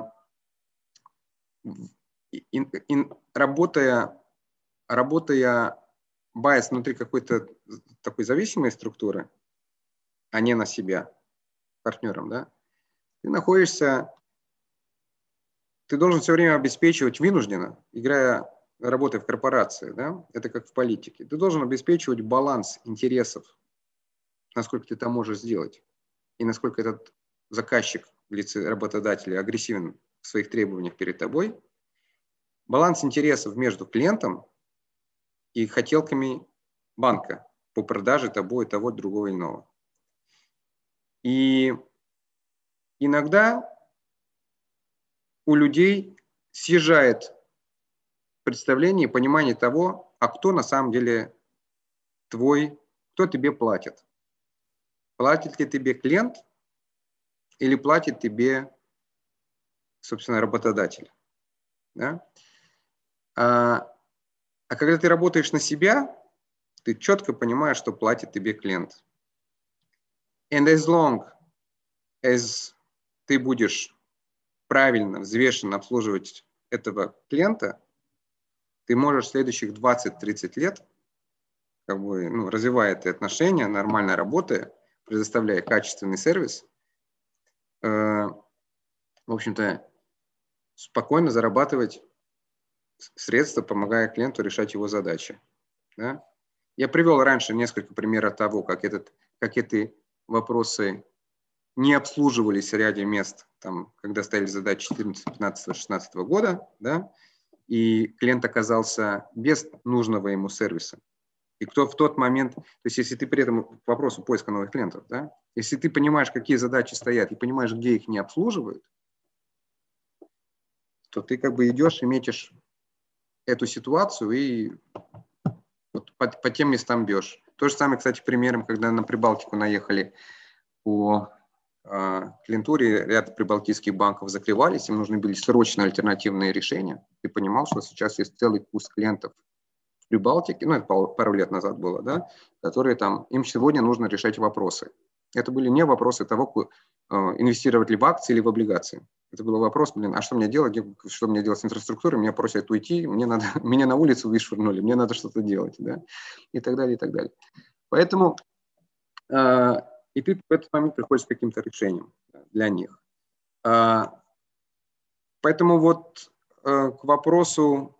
ин, ин, работая, работая байс внутри какой-то такой зависимой структуры, а не на себя, партнером, да, ты находишься, ты должен все время обеспечивать вынужденно, играя, работая в корпорации, да, это как в политике, ты должен обеспечивать баланс интересов, насколько ты это можешь сделать, и насколько этот заказчик в лице работодателя агрессивен в своих требованиях перед тобой, баланс интересов между клиентом и хотелками банка по продаже того и того, другого и иного. И иногда у людей съезжает представление и понимание того, а кто на самом деле твой, кто тебе платит. Платит ли тебе клиент или платит тебе, собственно, работодатель. Да? А, а когда ты работаешь на себя, ты четко понимаешь, что платит тебе клиент. And as long as ты будешь правильно, взвешенно обслуживать этого клиента, ты можешь следующих двадцать-тридцать лет, как бы, ну, развивая эти отношения, нормально работая, предоставляя качественный сервис, э, в общем-то, спокойно зарабатывать средства, помогая клиенту решать его задачи. Да? Я привел раньше несколько примеров того, как, этот, как эти вопросы не обслуживались в ряде мест, там, когда ставили задачи четырнадцатого, пятнадцатого, шестнадцатого года, да, и клиент оказался без нужного ему сервиса. И кто в тот момент, то есть если ты при этом к вопросу поиска новых клиентов, да, если ты понимаешь, какие задачи стоят, и понимаешь, где их не обслуживают, то ты как бы идешь и метишь эту ситуацию и вот по, по тем местам бьешь. То же самое, кстати, примером, когда на Прибалтику наехали по э, клиентуре, ряд прибалтийских банков закрывались, им нужны были срочно альтернативные решения. Ты понимал, что сейчас есть целый курс клиентов в Прибалтике, ну это пару лет назад было, да, которые там, им сегодня нужно решать вопросы. Это были не вопросы того, э, инвестировать ли в акции или в облигации. Это был вопрос, блин, а что мне делать, что мне делать с инфраструктурой, меня просят уйти, мне надо, меня на улицу вышвырнули, мне надо что-то делать, да, и так далее, и так далее. Поэтому, э, и ты в этот момент приходишь к каким-то решениям для них. Э, поэтому вот э, к вопросу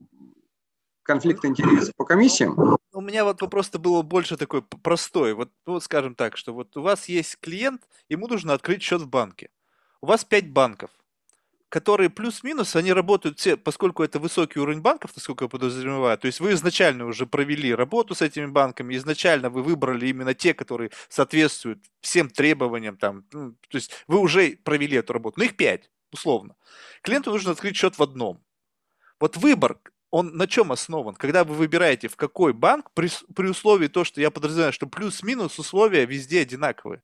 конфликта интересов по комиссиям. У меня вот вопрос-то был больше такой простой. Вот, ну, вот скажем так, что вот у вас есть клиент, ему нужно открыть счет в банке. У вас пять банков, которые плюс-минус, они работают все, поскольку это высокий уровень банков, насколько я подозреваю, то есть вы изначально уже провели работу с этими банками, изначально вы выбрали именно те, которые соответствуют всем требованиям, там, ну, то есть вы уже провели эту работу, но их пять, условно. Клиенту нужно открыть счет в одном. Вот выбор, он на чем основан? Когда вы выбираете в какой банк, при, при условии то, что я подразумеваю, что плюс-минус условия везде одинаковые.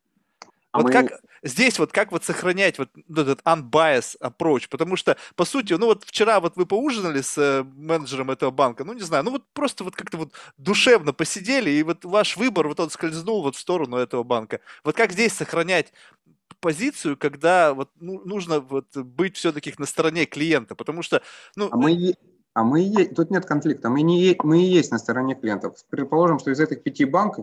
А Вот мы... как здесь вот как вот сохранять вот этот unbiased approach, потому что по сути, ну вот вчера вот вы поужинали с э, менеджером этого банка, ну не знаю, ну вот просто вот как-то вот душевно посидели и вот ваш выбор вот он скользнул вот в сторону этого банка. Вот как здесь сохранять позицию, когда вот ну, нужно вот быть все-таки на стороне клиента, потому что ну А мы, а мы тут нет конфликта, мы, не, мы и есть на стороне клиентов. Предположим, что из этих пяти банков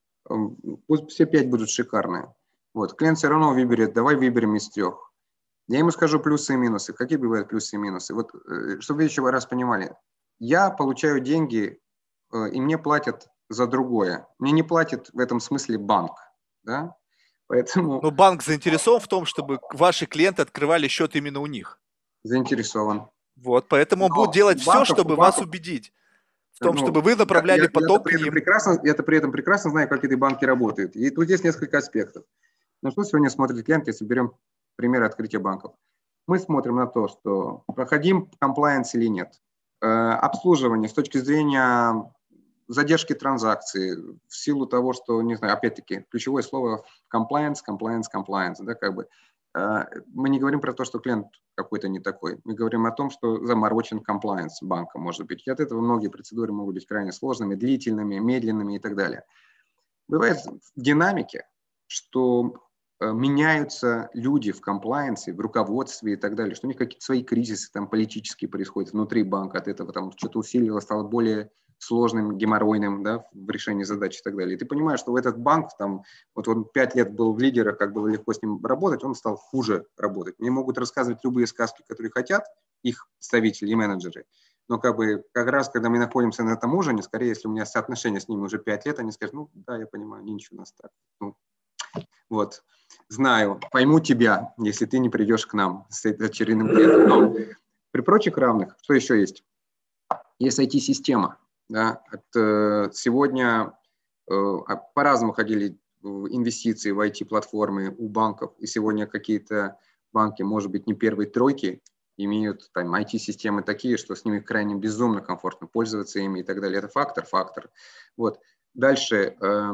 пусть все пять будут шикарные. Вот, клиент все равно выберет, давай выберем из трех. Я ему скажу плюсы и минусы. Какие бывают плюсы и минусы? Вот, чтобы вы еще раз понимали, я получаю деньги, и мне платят за другое. Мне не платит в этом смысле банк. Да? Поэтому... Но банк заинтересован в том, чтобы ваши клиенты открывали счет именно у них. Заинтересован. Вот, поэтому он Но будет делать все, банков, чтобы банков, вас убедить в том, ну, чтобы вы направляли я, я, поток я к ним. Прекрасно, я-то при этом прекрасно знаю, как эти банки работают. И тут есть несколько аспектов. Ну, что сегодня смотрит клиент, если берем пример открытия банков? Мы смотрим на то, что проходим комплаенс или нет. Э, обслуживание с точки зрения задержки транзакций в силу того, что, не знаю, опять-таки, ключевое слово compliance, compliance, compliance, да, как бы. Мы не говорим про то, что клиент какой-то не такой. Мы говорим о том, что заморочен комплаенс банка, может быть. И от этого многие процедуры могут быть крайне сложными, длительными, медленными и так далее. Бывает в динамике, что меняются люди в комплаенсе, в руководстве и так далее, что у них какие-то свои кризисы там политические происходят внутри банка, от этого там что-то усилилось, стало более сложным, геморройным, да, в решении задач и так далее. И ты понимаешь, что в этот банк, там, вот он пять лет был в лидерах, как было легко с ним работать, он стал хуже работать. Мне могут рассказывать любые сказки, которые хотят, их представители и менеджеры, но как бы как раз, когда мы находимся на этом уровне, скорее, если у меня соотношение с ними уже пять лет, они скажут, ну, да, я понимаю, ничего у нас так. Ну, вот, знаю, пойму тебя, если ты не придешь к нам с очередным клиентом. Но при прочих равных, что еще есть? Есть ай ти-система. Да? Это сегодня э, по-разному ходили инвестиции в ай ти-платформы у банков, и сегодня какие-то банки, может быть, не первой тройки, имеют там ай ти-системы такие, что с ними крайне безумно комфортно пользоваться ими и так далее. Это фактор, фактор. Вот. Дальше э,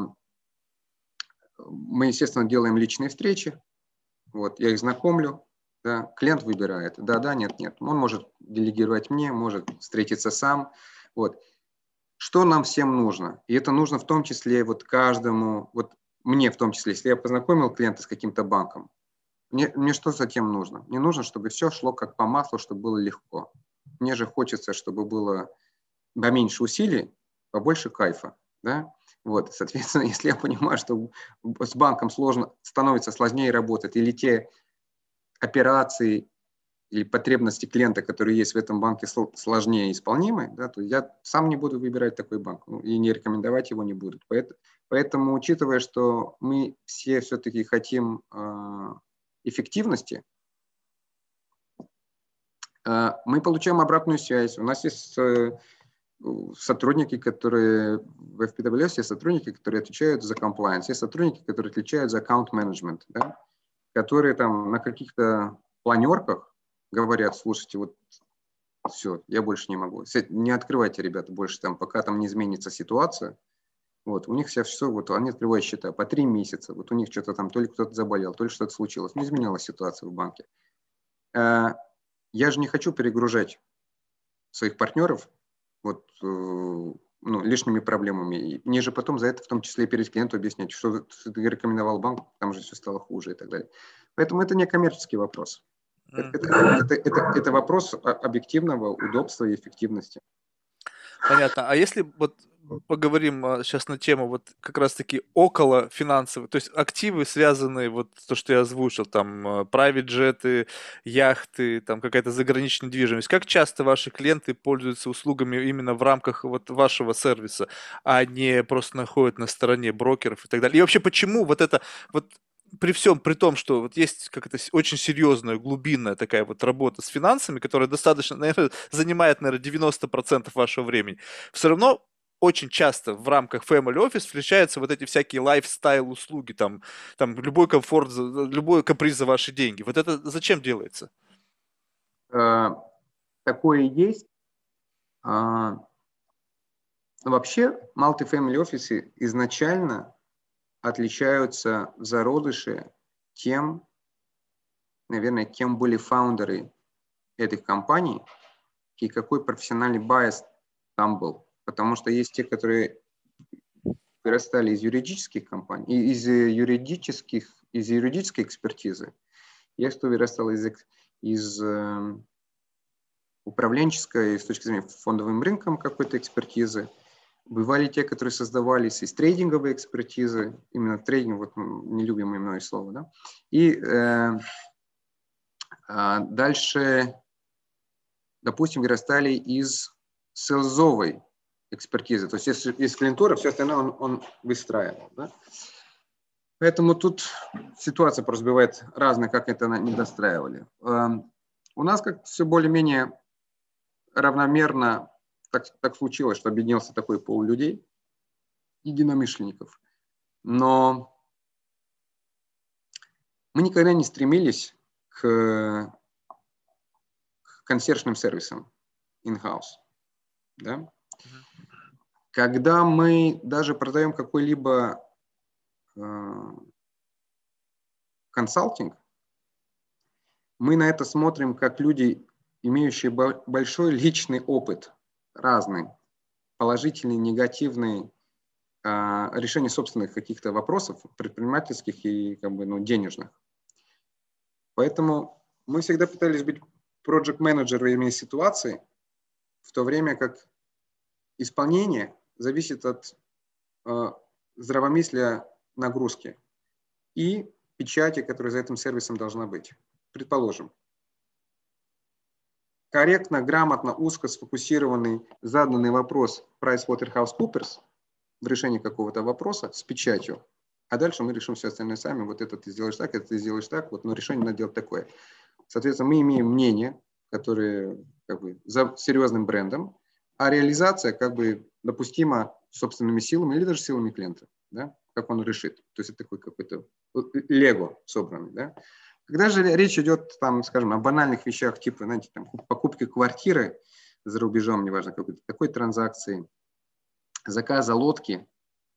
мы, естественно, делаем личные встречи. Вот, я их знакомлю. Да, клиент выбирает. Да, да, нет, нет. Он может делегировать мне, может встретиться сам. Вот. Что нам всем нужно? И это нужно в том числе вот каждому, вот мне в том числе, если я познакомил клиента с каким-то банком, мне, мне что затем нужно? Мне нужно, чтобы все шло как по маслу, чтобы было легко. Мне же хочется, чтобы было поменьше усилий, побольше кайфа. Да? Вот, соответственно, если я понимаю, что с банком сложно, становится сложнее работать, или те операции или потребности клиента, которые есть в этом банке, сложнее исполнимы, да, то я сам не буду выбирать такой банк и не рекомендовать его не буду. Поэтому, поэтому учитывая, что мы все все-таки хотим э, эффективности, э, мы получаем обратную связь. У нас есть э, сотрудники, которые в эф пи дабл ю эс, есть сотрудники, которые отвечают за compliance, есть сотрудники, которые отвечают за аккаунт менеджмент, да, которые там на каких-то планерках говорят, слушайте, вот все, я больше не могу. Не открывайте, ребята, больше там, пока там не изменится ситуация. Вот, у них все, все, вот они открывают счета по три месяца. Вот у них что-то там, то ли кто-то заболел, то ли что-то случилось. Не изменилась ситуация в банке. Я же не хочу перегружать своих партнеров вот, ну, лишними проблемами. И мне же потом за это, в том числе и перед клиентом, объяснять, что ты рекомендовал банк, там же все стало хуже и так далее. Поэтому это не коммерческий вопрос. Это, это, это, это, это вопрос объективного удобства и эффективности. Понятно. А если вот поговорим сейчас на тему вот как раз-таки около финансовых, то есть активы, связанные, вот то, что я озвучил, там, private джеты, яхты, там какая-то заграничная недвижимость. Как часто ваши клиенты пользуются услугами именно в рамках вот вашего сервиса, а не просто находят на стороне брокеров и так далее? И вообще, почему вот это вот при всем, при том, что вот есть как-то очень серьезная, глубинная такая вот работа с финансами, которая достаточно, наверное, занимает, наверное, девяносто процентов вашего времени, все равно очень часто в рамках Family Office встречаются вот эти всякие лайфстайл-услуги, там, там любой комфорт, любой каприз за ваши деньги. Вот это зачем делается? Такое есть. Вообще, multi-family офисы изначально отличаются в зародыше тем, наверное, кем были фаундеры этих компаний и какой профессиональный байс там был. Потому что есть те, которые вырастали из юридических компаний, из юридических, из юридической экспертизы. Есть, кто вырастал из, из э, управленческой, с точки зрения фондовым рынком какой-то экспертизы. Бывали те, которые создавались из трейдинговой экспертизы, именно трейдинг, вот нелюбимое мной слово, да. И э, э, дальше, допустим, вырастали из селзовой экспертизы. То есть если есть клиентура, все остальное он, он выстраивал. Да? Поэтому тут ситуация просто бывает разная, как это не достраивали. Э, у нас как все более-менее равномерно так, так случилось, что объединился такой пол людей, единомышленников. Но мы никогда не стремились к, к консьержным сервисам in-house. Да? Когда мы даже продаем какой-либо э, консалтинг, мы на это смотрим как люди, имеющие большой личный опыт, разный, положительный, негативный, э, решение собственных каких-то вопросов, предпринимательских и как бы, ну, денежных. Поэтому мы всегда пытались быть проект-менеджерами ситуации, в то время как исполнение зависит от э, здравомыслия нагрузки и печати, которая за этим сервисом должна быть. Предположим, корректно, грамотно, узко сфокусированный, заданный вопрос PricewaterhouseCoopers в решении какого-то вопроса с печатью, а дальше мы решим все остальное сами. Вот это ты сделаешь так, это ты сделаешь так, вот, но решение надо делать такое. Соответственно, мы имеем мнение, которое как бы за серьезным брендом, а реализация как бы допустима собственными силами или даже силами клиента, да, как он решит. То есть это такой какой-то лего собранный. Да. Когда же речь идет, там, скажем, о банальных вещах, типа, знаете, там, покупки квартиры за рубежом, неважно какой, такой транзакции, заказа лодки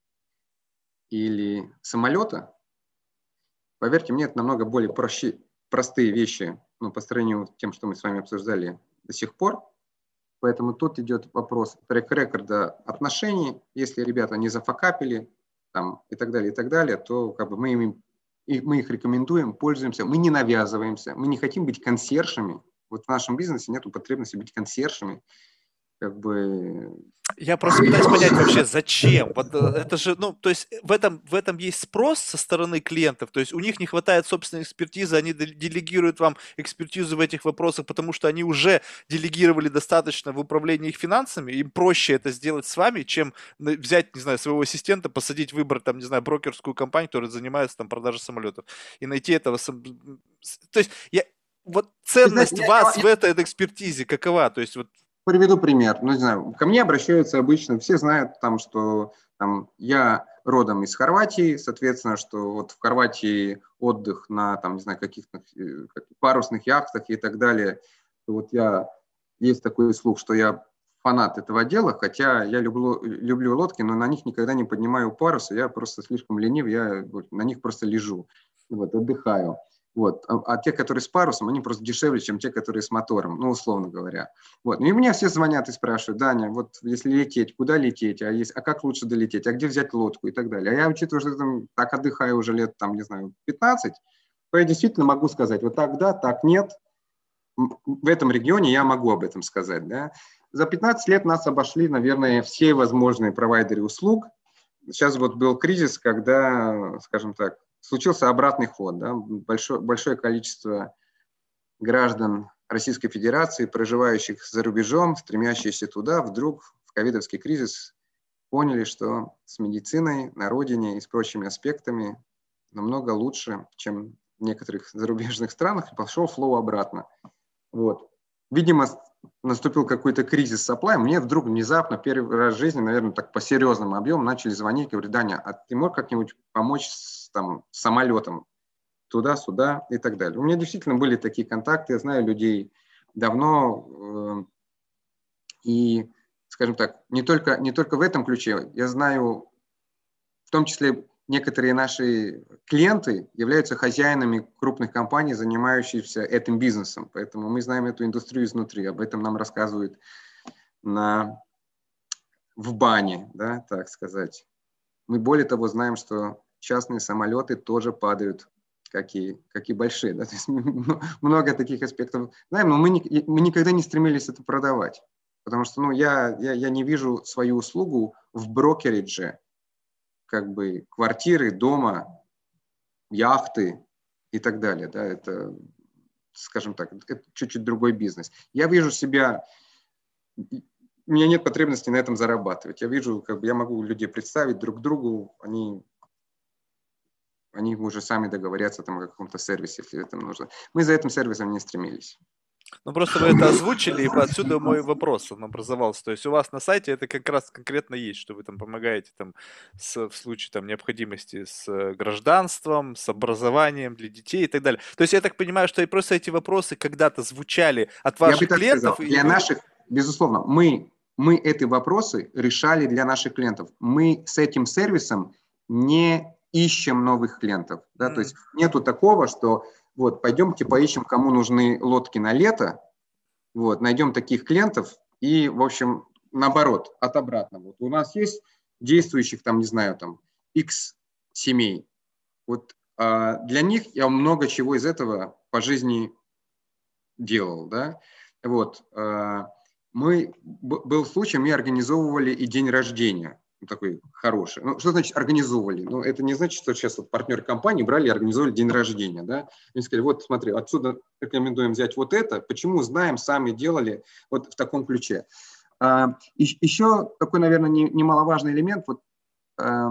или самолета, поверьте мне, это намного более проще, простые вещи, ну, по сравнению с тем, что мы с вами обсуждали до сих пор. Поэтому тут идет вопрос трек-рекорда отношений. Если ребята не зафакапили там, и так далее, и так далее, то как бы мы, им, и мы их рекомендуем, пользуемся. Мы не навязываемся, мы не хотим быть консьержами. Вот в нашем бизнесе нет потребности быть консьержами. Как бы... Я просто пытаюсь понять вообще, зачем. Вот это же, ну, то есть в этом, в этом есть спрос со стороны клиентов, то есть у них не хватает собственной экспертизы, они делегируют вам экспертизу в этих вопросах, потому что они уже делегировали достаточно в управлении их финансами, им проще это сделать с вами, чем взять, не знаю, своего ассистента, посадить, выбрать, там, не знаю, брокерскую компанию, которая занимается там продажей самолетов, и найти этого... То есть я... вот ценность знаете, вас я, в этой экспертизе какова? То есть вот приведу пример. Ну, не знаю, ко мне обращаются обычно, все знают, там, что там, я родом из Хорватии, соответственно, что вот в Хорватии отдых на там, не знаю, каких-то парусных яхтах и так далее. Вот я, есть такой слух, что я фанат этого дела, хотя я люблю, люблю лодки, но на них никогда не поднимаю паруса, я просто слишком ленив, я на них просто лежу, вот, отдыхаю. Вот. А, а те, которые с парусом, они просто дешевле, чем те, которые с мотором, ну, условно говоря. Вот. Ну, и мне все звонят и спрашивают: Даня, вот если лететь, куда лететь, а, есть, а как лучше долететь, а где взять лодку и так далее. А я, учитывая, что я там, так отдыхаю уже лет, там, не знаю, пятнадцать, то я действительно могу сказать, вот так да, так нет. В этом регионе я могу об этом сказать. Да. За пятнадцать лет нас обошли, наверное, все возможные провайдеры услуг. Сейчас вот был кризис, когда, скажем так, случился обратный ход. Да? Большое, большое количество граждан Российской Федерации, проживающих за рубежом, стремящихся туда, вдруг в ковидовский кризис поняли, что с медициной на родине и с прочими аспектами намного лучше, чем в некоторых зарубежных странах, и пошел флоу обратно. Вот. Видимо, наступил какой-то кризис supply, мне вдруг внезапно первый раз в жизни, наверное, так по серьезному объему начали звонить, говорят: Даня, а ты можешь как-нибудь помочь с там, самолетом туда-сюда и так далее. У меня действительно были такие контакты, я знаю людей давно, э, и, скажем так, не только, не только в этом ключе, я знаю, в том числе некоторые наши клиенты являются хозяинами крупных компаний, занимающихся этим бизнесом, поэтому мы знаем эту индустрию изнутри, об этом нам рассказывают на, в бане, да, так сказать. Мы более того знаем, что частные самолеты тоже падают, как и, как и большие. Да? То есть много таких аспектов знаем, но мы, не, мы никогда не стремились это продавать. Потому что ну, я, я, я не вижу свою услугу в брокеридже, как бы квартиры, дома, яхты и так далее. Да? Это, скажем так, это чуть-чуть другой бизнес. Я вижу себя... У меня нет потребности на этом зарабатывать. Я вижу, как бы я могу людей представить друг другу, они, они уже сами договорятся там, о каком-то сервисе, если это нужно. Мы за этим сервисом не стремились. Ну, просто вы это озвучили, и отсюда мой вопрос, он образовался. То есть у вас на сайте это как раз конкретно есть, что вы там помогаете там с, в случае там необходимости с гражданством, с образованием для детей и так далее. То есть я так понимаю, что и просто эти вопросы когда-то звучали от ваших я бы так клиентов. сказал, И для вы... наших, безусловно, мы мы эти вопросы решали для наших клиентов. Мы с этим сервисом не ищем новых клиентов. Да? Mm. То есть нету такого, что вот пойдемте поищем, кому нужны лодки на лето, вот, найдем таких клиентов и, в общем, наоборот, от обратного. Вот у нас есть действующих, там, не знаю, там, X семей. Вот а для них я много чего из этого по жизни делал, да. Вот. А, мы, был случай, мы организовывали и день рождения, такой хороший. Ну, что значит организовывали? Ну, это не значит, что сейчас вот партнеры компании брали и организовали день рождения, да. Они сказали, вот, смотри, отсюда рекомендуем взять вот это, почему знаем, сами делали вот в таком ключе. А, еще такой, наверное, не, немаловажный элемент, вот, а,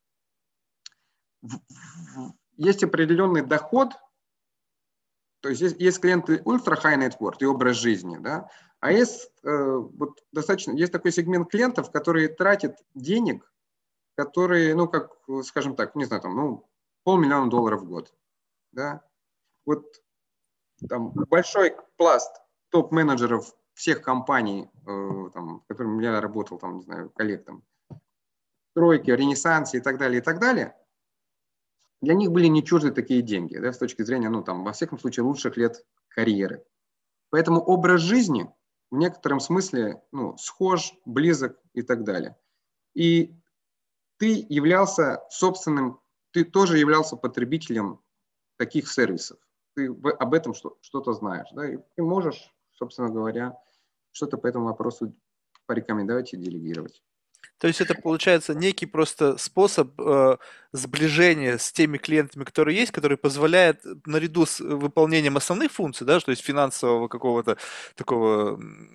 в, в, есть определенный доход, то есть есть, есть клиенты ультра high net worth и образ жизни, да, а есть э, вот достаточно, есть такой сегмент клиентов, которые тратят денег, которые, ну, как, скажем так, не знаю, там, ну, полмиллиона долларов в год, да. Вот там большой пласт топ-менеджеров всех компаний, э, там, в которых я работал, там, не знаю, коллег, там, Тройки, Ренессансе и так далее, и так далее, для них были не чужды такие деньги, да, с точки зрения, ну, там, во всяком случае, лучших лет карьеры. Поэтому образ жизни в некотором смысле, ну, схож, близок и так далее. И ты являлся собственным, ты тоже являлся потребителем таких сервисов. Ты об этом что, что-то знаешь, да, и ты можешь, собственно говоря, что-то по этому вопросу порекомендовать и делегировать. То есть это получается некий просто способ э, сближения с теми клиентами, которые есть, который позволяет наряду с выполнением основных функций, да, то есть финансового какого-то такого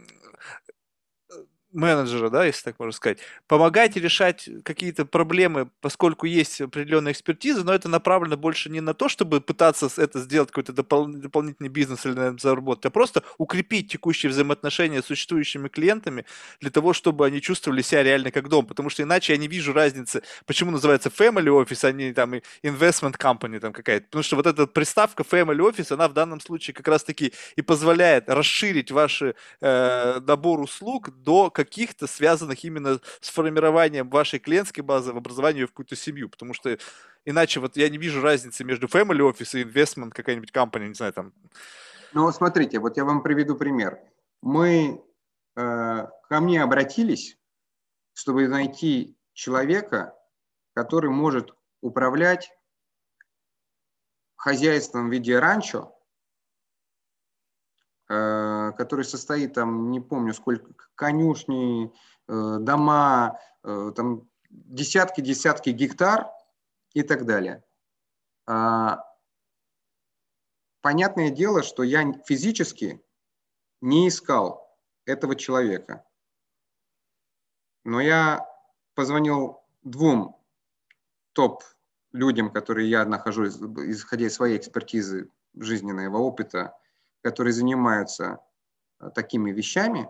менеджера, да, если так можно сказать, помогать решать какие-то проблемы, поскольку есть определенная экспертиза, но это направлено больше не на то, чтобы пытаться это сделать какой-то допол- дополнительный бизнес или на этом заработать, а просто укрепить текущие взаимоотношения с существующими клиентами для того, чтобы они чувствовали себя реально как дом, потому что иначе я не вижу разницы, почему называется family office, а не там investment company там какая-то, потому что вот эта приставка family office, она в данном случае как раз-таки и позволяет расширить ваш э, набор услуг до каких-то связанных именно с формированием вашей клиентской базы в образовании в какую-то семью, потому что иначе вот я не вижу разницы между family office и investment какая-нибудь компания, не знаю, там. Ну, смотрите, вот я вам приведу пример. Мы, э, ко мне обратились, чтобы найти человека, который может управлять хозяйством в виде ранчо, э, который состоит там, не помню сколько, конюшни, э, дома, э, там десятки-десятки гектар и так далее. А, понятное дело, что я физически не искал этого человека. Но я позвонил двум топ-людям, которые я нахожу, исходя из своей экспертизы, жизненного опыта, которые занимаются такими вещами,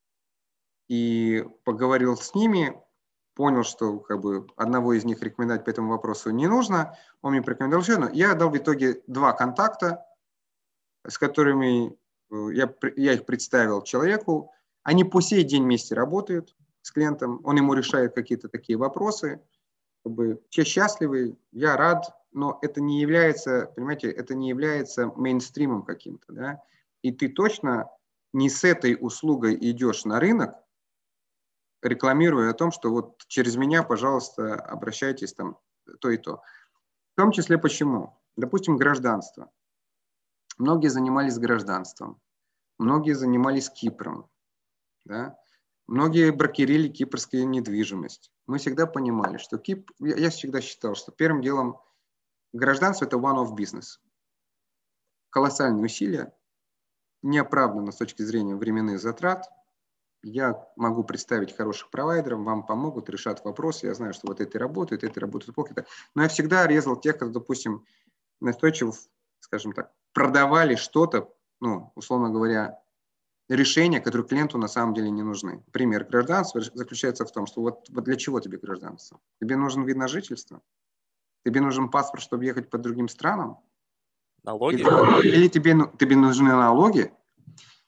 и поговорил с ними, понял, что как бы одного из них рекомендовать по этому вопросу не нужно, он мне порекомендовал еще, но я дал в итоге два контакта, с которыми я, я их представил человеку, они по сей день вместе работают с клиентом, он ему решает какие-то такие вопросы, как бы все счастливы, я рад, но это не является, понимаете, это не является мейнстримом каким-то, да, и ты точно не с этой услугой идешь на рынок, рекламируя о том, что вот через меня, пожалуйста, обращайтесь там то и то. В том числе почему? Допустим, гражданство. Многие занимались гражданством, многие занимались Кипром, да? Многие брокерили кипрскую недвижимость. Мы всегда понимали, что Кип... Я всегда считал, что первым делом гражданство – это one-off business. Колоссальные усилия, неоправданно с точки зрения временных затрат. Я могу представить хороших провайдеров, вам помогут, решат вопросы. Я знаю, что вот это работает, это работает плохо. Но я всегда резал тех, кто, допустим, настойчиво, скажем так, продавали что-то, ну, условно говоря, решения, которые клиенту на самом деле не нужны. Пример гражданства заключается в том, что вот, вот для чего тебе гражданство? Тебе нужен вид на жительство? Тебе нужен паспорт, чтобы ехать по другим странам? Налоги? Или, или тебе, тебе нужны налоги?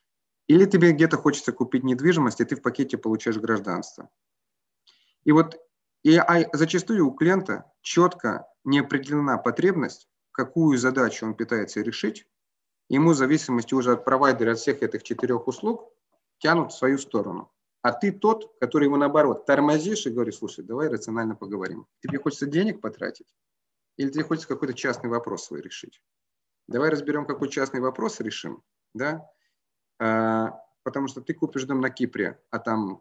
Или тебе где-то хочется купить недвижимость, и ты в пакете получаешь гражданство. И вот и, а зачастую у клиента четко не определена потребность, какую задачу он пытается решить. Ему в зависимости уже от провайдера, от всех этих четырех услуг, тянут в свою сторону. А ты тот, который его наоборот тормозишь и говоришь: слушай, давай рационально поговорим. Тебе хочется денег потратить? Или тебе хочется какой-то частный вопрос свой решить? Давай разберем, какой частный вопрос решим. Да? А, потому что ты купишь дом на Кипре, а там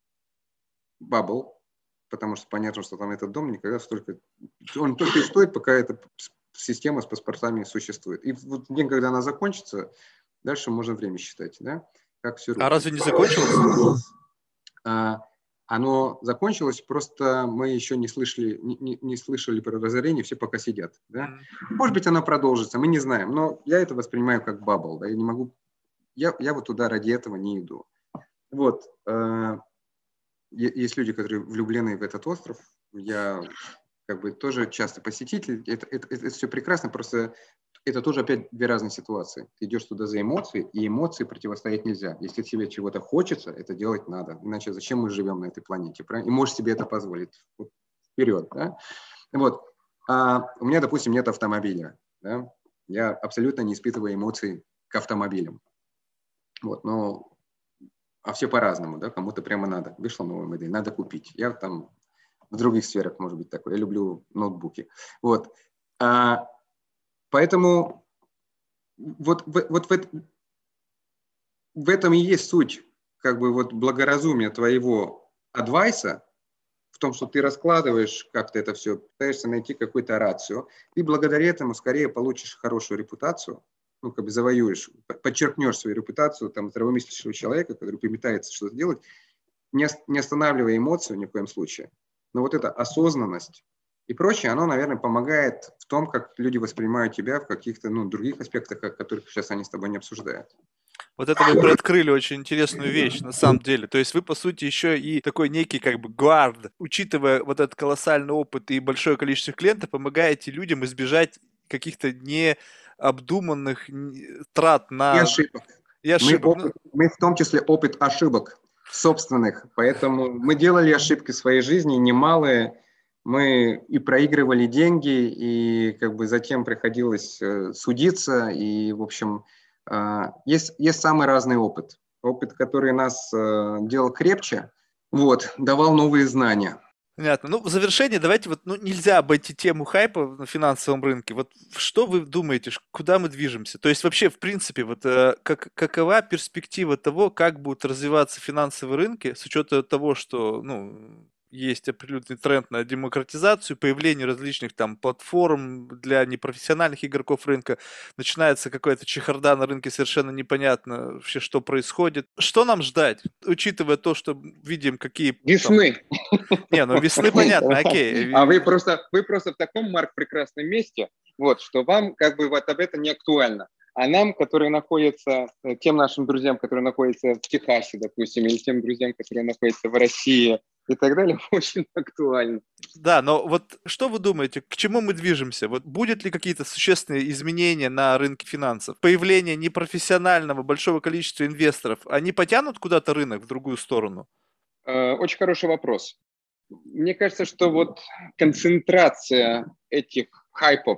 бабл, потому что понятно, что там этот дом никогда столько... Он только и стоит, пока эта система с паспортами существует. И вот день, когда она закончится, дальше можно время считать, да? Как все А рухнет. разве не закончилось? А, оно закончилось, просто мы еще не слышали, не, не слышали про разорение, все пока сидят. Да? Mm. Может быть, оно продолжится, мы не знаем, но я это воспринимаю как бабл. Да? Я не могу, я, я вот туда ради этого не иду. Вот. Э, есть люди, которые влюблены в этот остров. Я как бы тоже часто посетитель. Это, это, это, это все прекрасно, просто это тоже опять две разные ситуации. Ты идешь туда за эмоции, и эмоции противостоять нельзя. Если тебе чего-то хочется, это делать надо. Иначе зачем мы живем на этой планете? Правильно? И можешь себе это позволить. Вперед. Да? Вот. А у меня, допустим, нет автомобиля. Да? Я абсолютно не испытываю эмоций к автомобилям. Вот. Но, а все по-разному. Да? Кому-то прямо надо. Вышла новая модель, надо купить. Я там в других сферах, может быть, такой. Я люблю ноутбуки. Вот. А, Поэтому вот, вот, вот в, в этом и есть суть как бы вот благоразумия твоего адвайса, в том, что ты раскладываешь как-то это все, пытаешься найти какую-то рацию, и благодаря этому скорее получишь хорошую репутацию, ну, как бы завоюешь, подчеркнешь свою репутацию там, здравомыслящего человека, который пытается что-то делать, не, не останавливая эмоцию ни в коем случае. Но вот эта осознанность и прочее, оно, наверное, помогает в том, как люди воспринимают тебя в каких-то ну, других аспектах, которых сейчас они с тобой не обсуждают. Вот это вы приоткрыли очень интересную вещь, на самом деле. То есть вы, по сути, еще и такой некий как бы гвард, учитывая вот этот колоссальный опыт и большое количество клиентов, помогаете людям избежать каких-то необдуманных трат на... И ошибок. И ошибок. Мы, опыт, мы в том числе опыт ошибок собственных, поэтому мы делали ошибки в своей жизни немалые. Мы и проигрывали деньги, и как бы затем приходилось судиться, и, в общем, есть, есть самый разный опыт. Опыт, который нас делал крепче, вот, давал новые знания. Понятно. Ну, в завершение давайте вот, ну, нельзя обойти тему хайпа на финансовом рынке. Вот что вы думаете, куда мы движемся? То есть вообще, в принципе, вот как, какова перспектива того, как будут развиваться финансовые рынки с учетом того, что, ну, есть определенный тренд на демократизацию, появление различных там платформ для непрофессиональных игроков рынка, начинается какая-то чехарда на рынке, совершенно непонятно вообще, что происходит. Что нам ждать, учитывая то, что видим, какие... Весны. Там... Не, ну весны понятно, окей. А вы просто, вы просто в таком, Марк, прекрасном месте, вот, что вам как бы вот об этом не актуально. А нам, которые находятся, тем нашим друзьям, которые находятся в Техасе, допустим, или тем друзьям, которые находятся в России и так далее, очень актуально. Да, но вот что вы думаете, к чему мы движемся? Вот будет ли какие-то существенные изменения на рынке финансов? Появление непрофессионального большого количества инвесторов, они потянут куда-то рынок в другую сторону? Очень хороший вопрос. Мне кажется, что вот концентрация этих хайпов,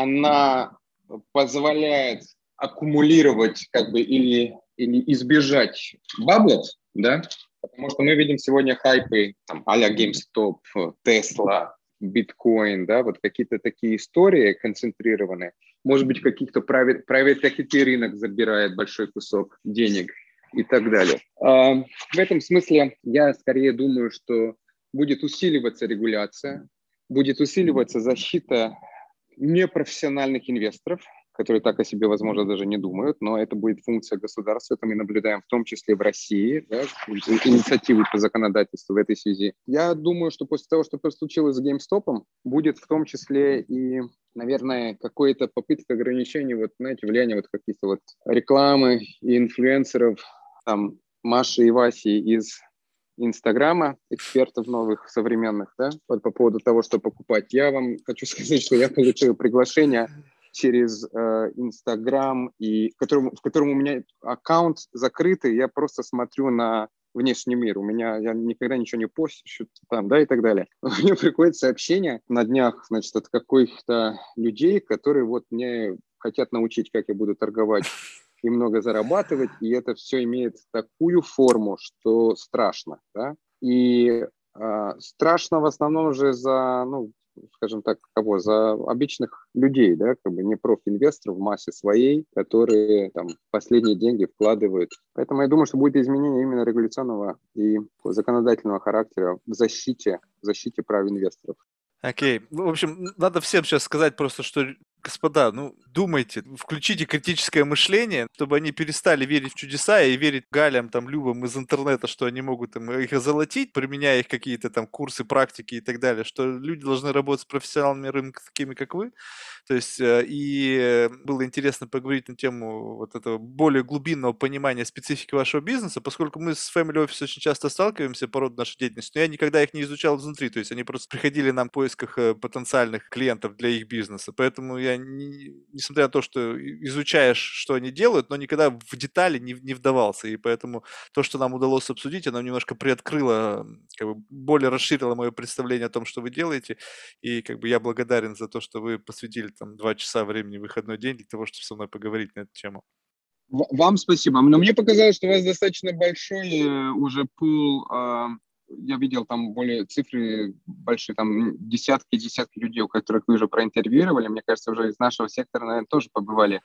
она позволяет аккумулировать как бы или, или избежать баблов, да, потому что мы видим сегодня хайпы там, а-ля GameStop, Tesla, Bitcoin, да, вот какие-то такие истории концентрированные. Может быть, каких-то private, private equity рынок забирает большой кусок денег и так далее. А, в этом смысле я скорее думаю, что будет усиливаться регуляция, будет усиливаться защита непрофессиональных инвесторов, которые так о себе, возможно, даже не думают, но это будет функция государства, это мы наблюдаем в том числе в России, да, инициативы по законодательству в этой связи. Я думаю, что после того, что случилось с GameStop, будет в том числе и, наверное, какая-то попытка ограничения, вот, знаете, влияния вот каких-то вот рекламы и инфлюенсеров, там, Маши и Васи из Инстаграма, экспертов новых, современных, да, вот по поводу того, что покупать. Я вам хочу сказать, что я получил приглашение через э, Инстаграм, и которым, в котором у меня аккаунт закрытый, я просто смотрю на внешний мир. У меня, я никогда ничего не постю там, да, и так далее. Мне приходит сообщение на днях, значит, от каких-то людей, которые вот мне хотят научить, как я буду торговать и много зарабатывать, и это все имеет такую форму, что страшно, да. И э, страшно в основном же за, ну, скажем так, кого? За обычных людей, да, как бы не профинвесторов в массе своей, которые там последние деньги вкладывают. Поэтому я думаю, что будет изменение именно регуляционного и законодательного характера в защите, в защите прав инвесторов. Окей. Ну, в общем, надо всем сейчас сказать просто, что, господа, ну, думайте, включите критическое мышление, чтобы они перестали верить в чудеса и верить Галям, там, Любам из интернета, что они могут там, их озолотить, применяя их какие-то там курсы, практики и так далее, что люди должны работать с профессионалами рынка, такими как вы. То есть, и было интересно поговорить на тему вот этого более глубинного понимания специфики вашего бизнеса, поскольку мы с Family Office очень часто сталкиваемся по роду нашей деятельности, но я никогда их не изучал изнутри, то есть они просто приходили нам в поисках потенциальных клиентов для их бизнеса, поэтому я, не, несмотря на то, что изучаешь, что они делают, но никогда в детали не, не вдавался, и поэтому то, что нам удалось обсудить, оно немножко приоткрыло, как бы более расширило мое представление о том, что вы делаете, и как бы я благодарен за то, что вы посвятили там два часа времени в выходной день для того, чтобы со мной поговорить на эту тему. Вам спасибо. Но мне показалось, что у вас достаточно большой уже пул. Я видел там более цифры большие, там десятки десятки людей, у которых вы уже проинтервьюировали. Мне кажется, уже из нашего сектора, наверное, тоже побывали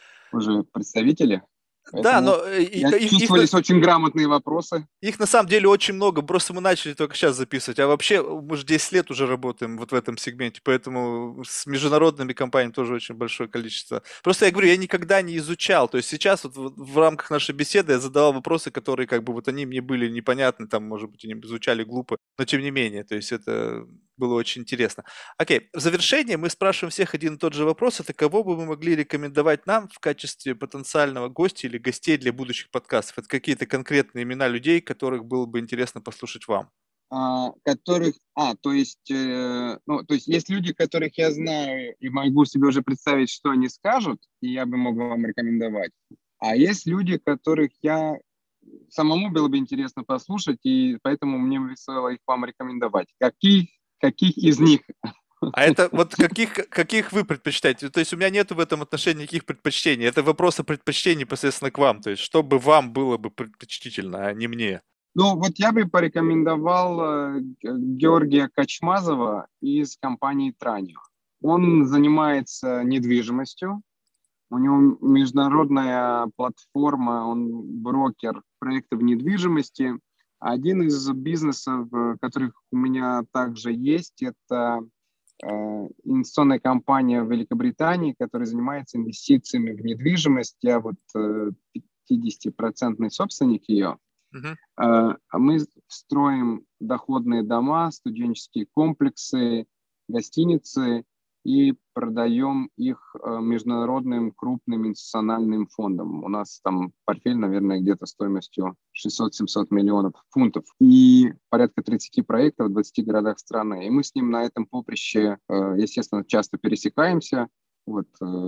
уже представители. Поэтому да, но я их, чувствовались их, очень грамотные вопросы. Их на самом деле очень много, просто мы начали только сейчас записывать, а вообще мы же десять лет уже работаем вот в этом сегменте, поэтому с международными компаниями тоже очень большое количество. Просто я говорю, я никогда не изучал, то есть сейчас вот в, в рамках нашей беседы я задавал вопросы, которые как бы вот они мне были непонятны, там, может быть, они звучали глупо, но тем не менее, то есть это было очень интересно. Окей, в завершение мы спрашиваем всех один и тот же вопрос, это кого бы вы могли рекомендовать нам в качестве потенциального гостя или гостей для будущих подкастов? Это какие-то конкретные имена людей, которых было бы интересно послушать вам? А, которых, а, то есть, э, ну, то есть есть люди, которых я знаю и могу себе уже представить, что они скажут, и я бы мог вам рекомендовать. А есть люди, которых я самому было бы интересно послушать, и поэтому мне весело их вам рекомендовать. Каких, каких из них? А это вот каких, каких вы предпочитаете? То есть у меня нету в этом отношении никаких предпочтений. Это вопрос о предпочтении непосредственно к вам. То есть что бы вам было бы предпочтительно, а не мне? Ну, вот я бы порекомендовал э, Георгия Качмазова из компании Транио. Он занимается недвижимостью. У него международная платформа, он брокер проектов недвижимости. Один из бизнесов, которых у меня также есть, это э, инвестиционная компания в Великобритании, которая занимается инвестициями в недвижимость. Я вот э, пятидесятипроцентный собственник ее. Uh-huh. Э, мы строим доходные дома, студенческие комплексы, гостиницы и продаем их международным крупным институциональным фондам. У нас там портфель, наверное, где-то стоимостью шестьсот-семьсот миллионов фунтов и порядка тридцать проектов в двадцати городах страны. И мы с ним на этом поприще, естественно, часто пересекаемся, вот,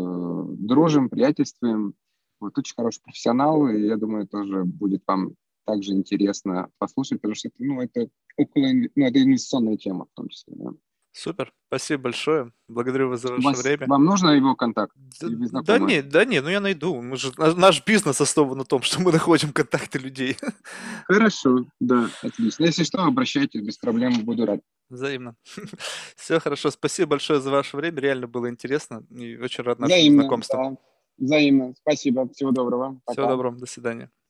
дружим, приятельствуем. Вот, очень хороший профессионал, и я думаю, тоже будет вам также интересно послушать, потому что это, ну, это около, ну, это инвестиционная тема в том числе. Да. Супер, спасибо большое. Благодарю вас за ваше вас, время. Вам нужно его контакт? Да, да нет, да нет, ну я найду. Мы же, наш бизнес основан на том, что мы находим контакты людей. Хорошо, да, отлично. Если что, обращайтесь, без проблем, буду рад. Взаимно. Все хорошо, спасибо большое за ваше время, реально было интересно и очень рад нашему Взаимно, знакомству. Да. Взаимно, спасибо, всего доброго. Пока. Всего доброго, до свидания.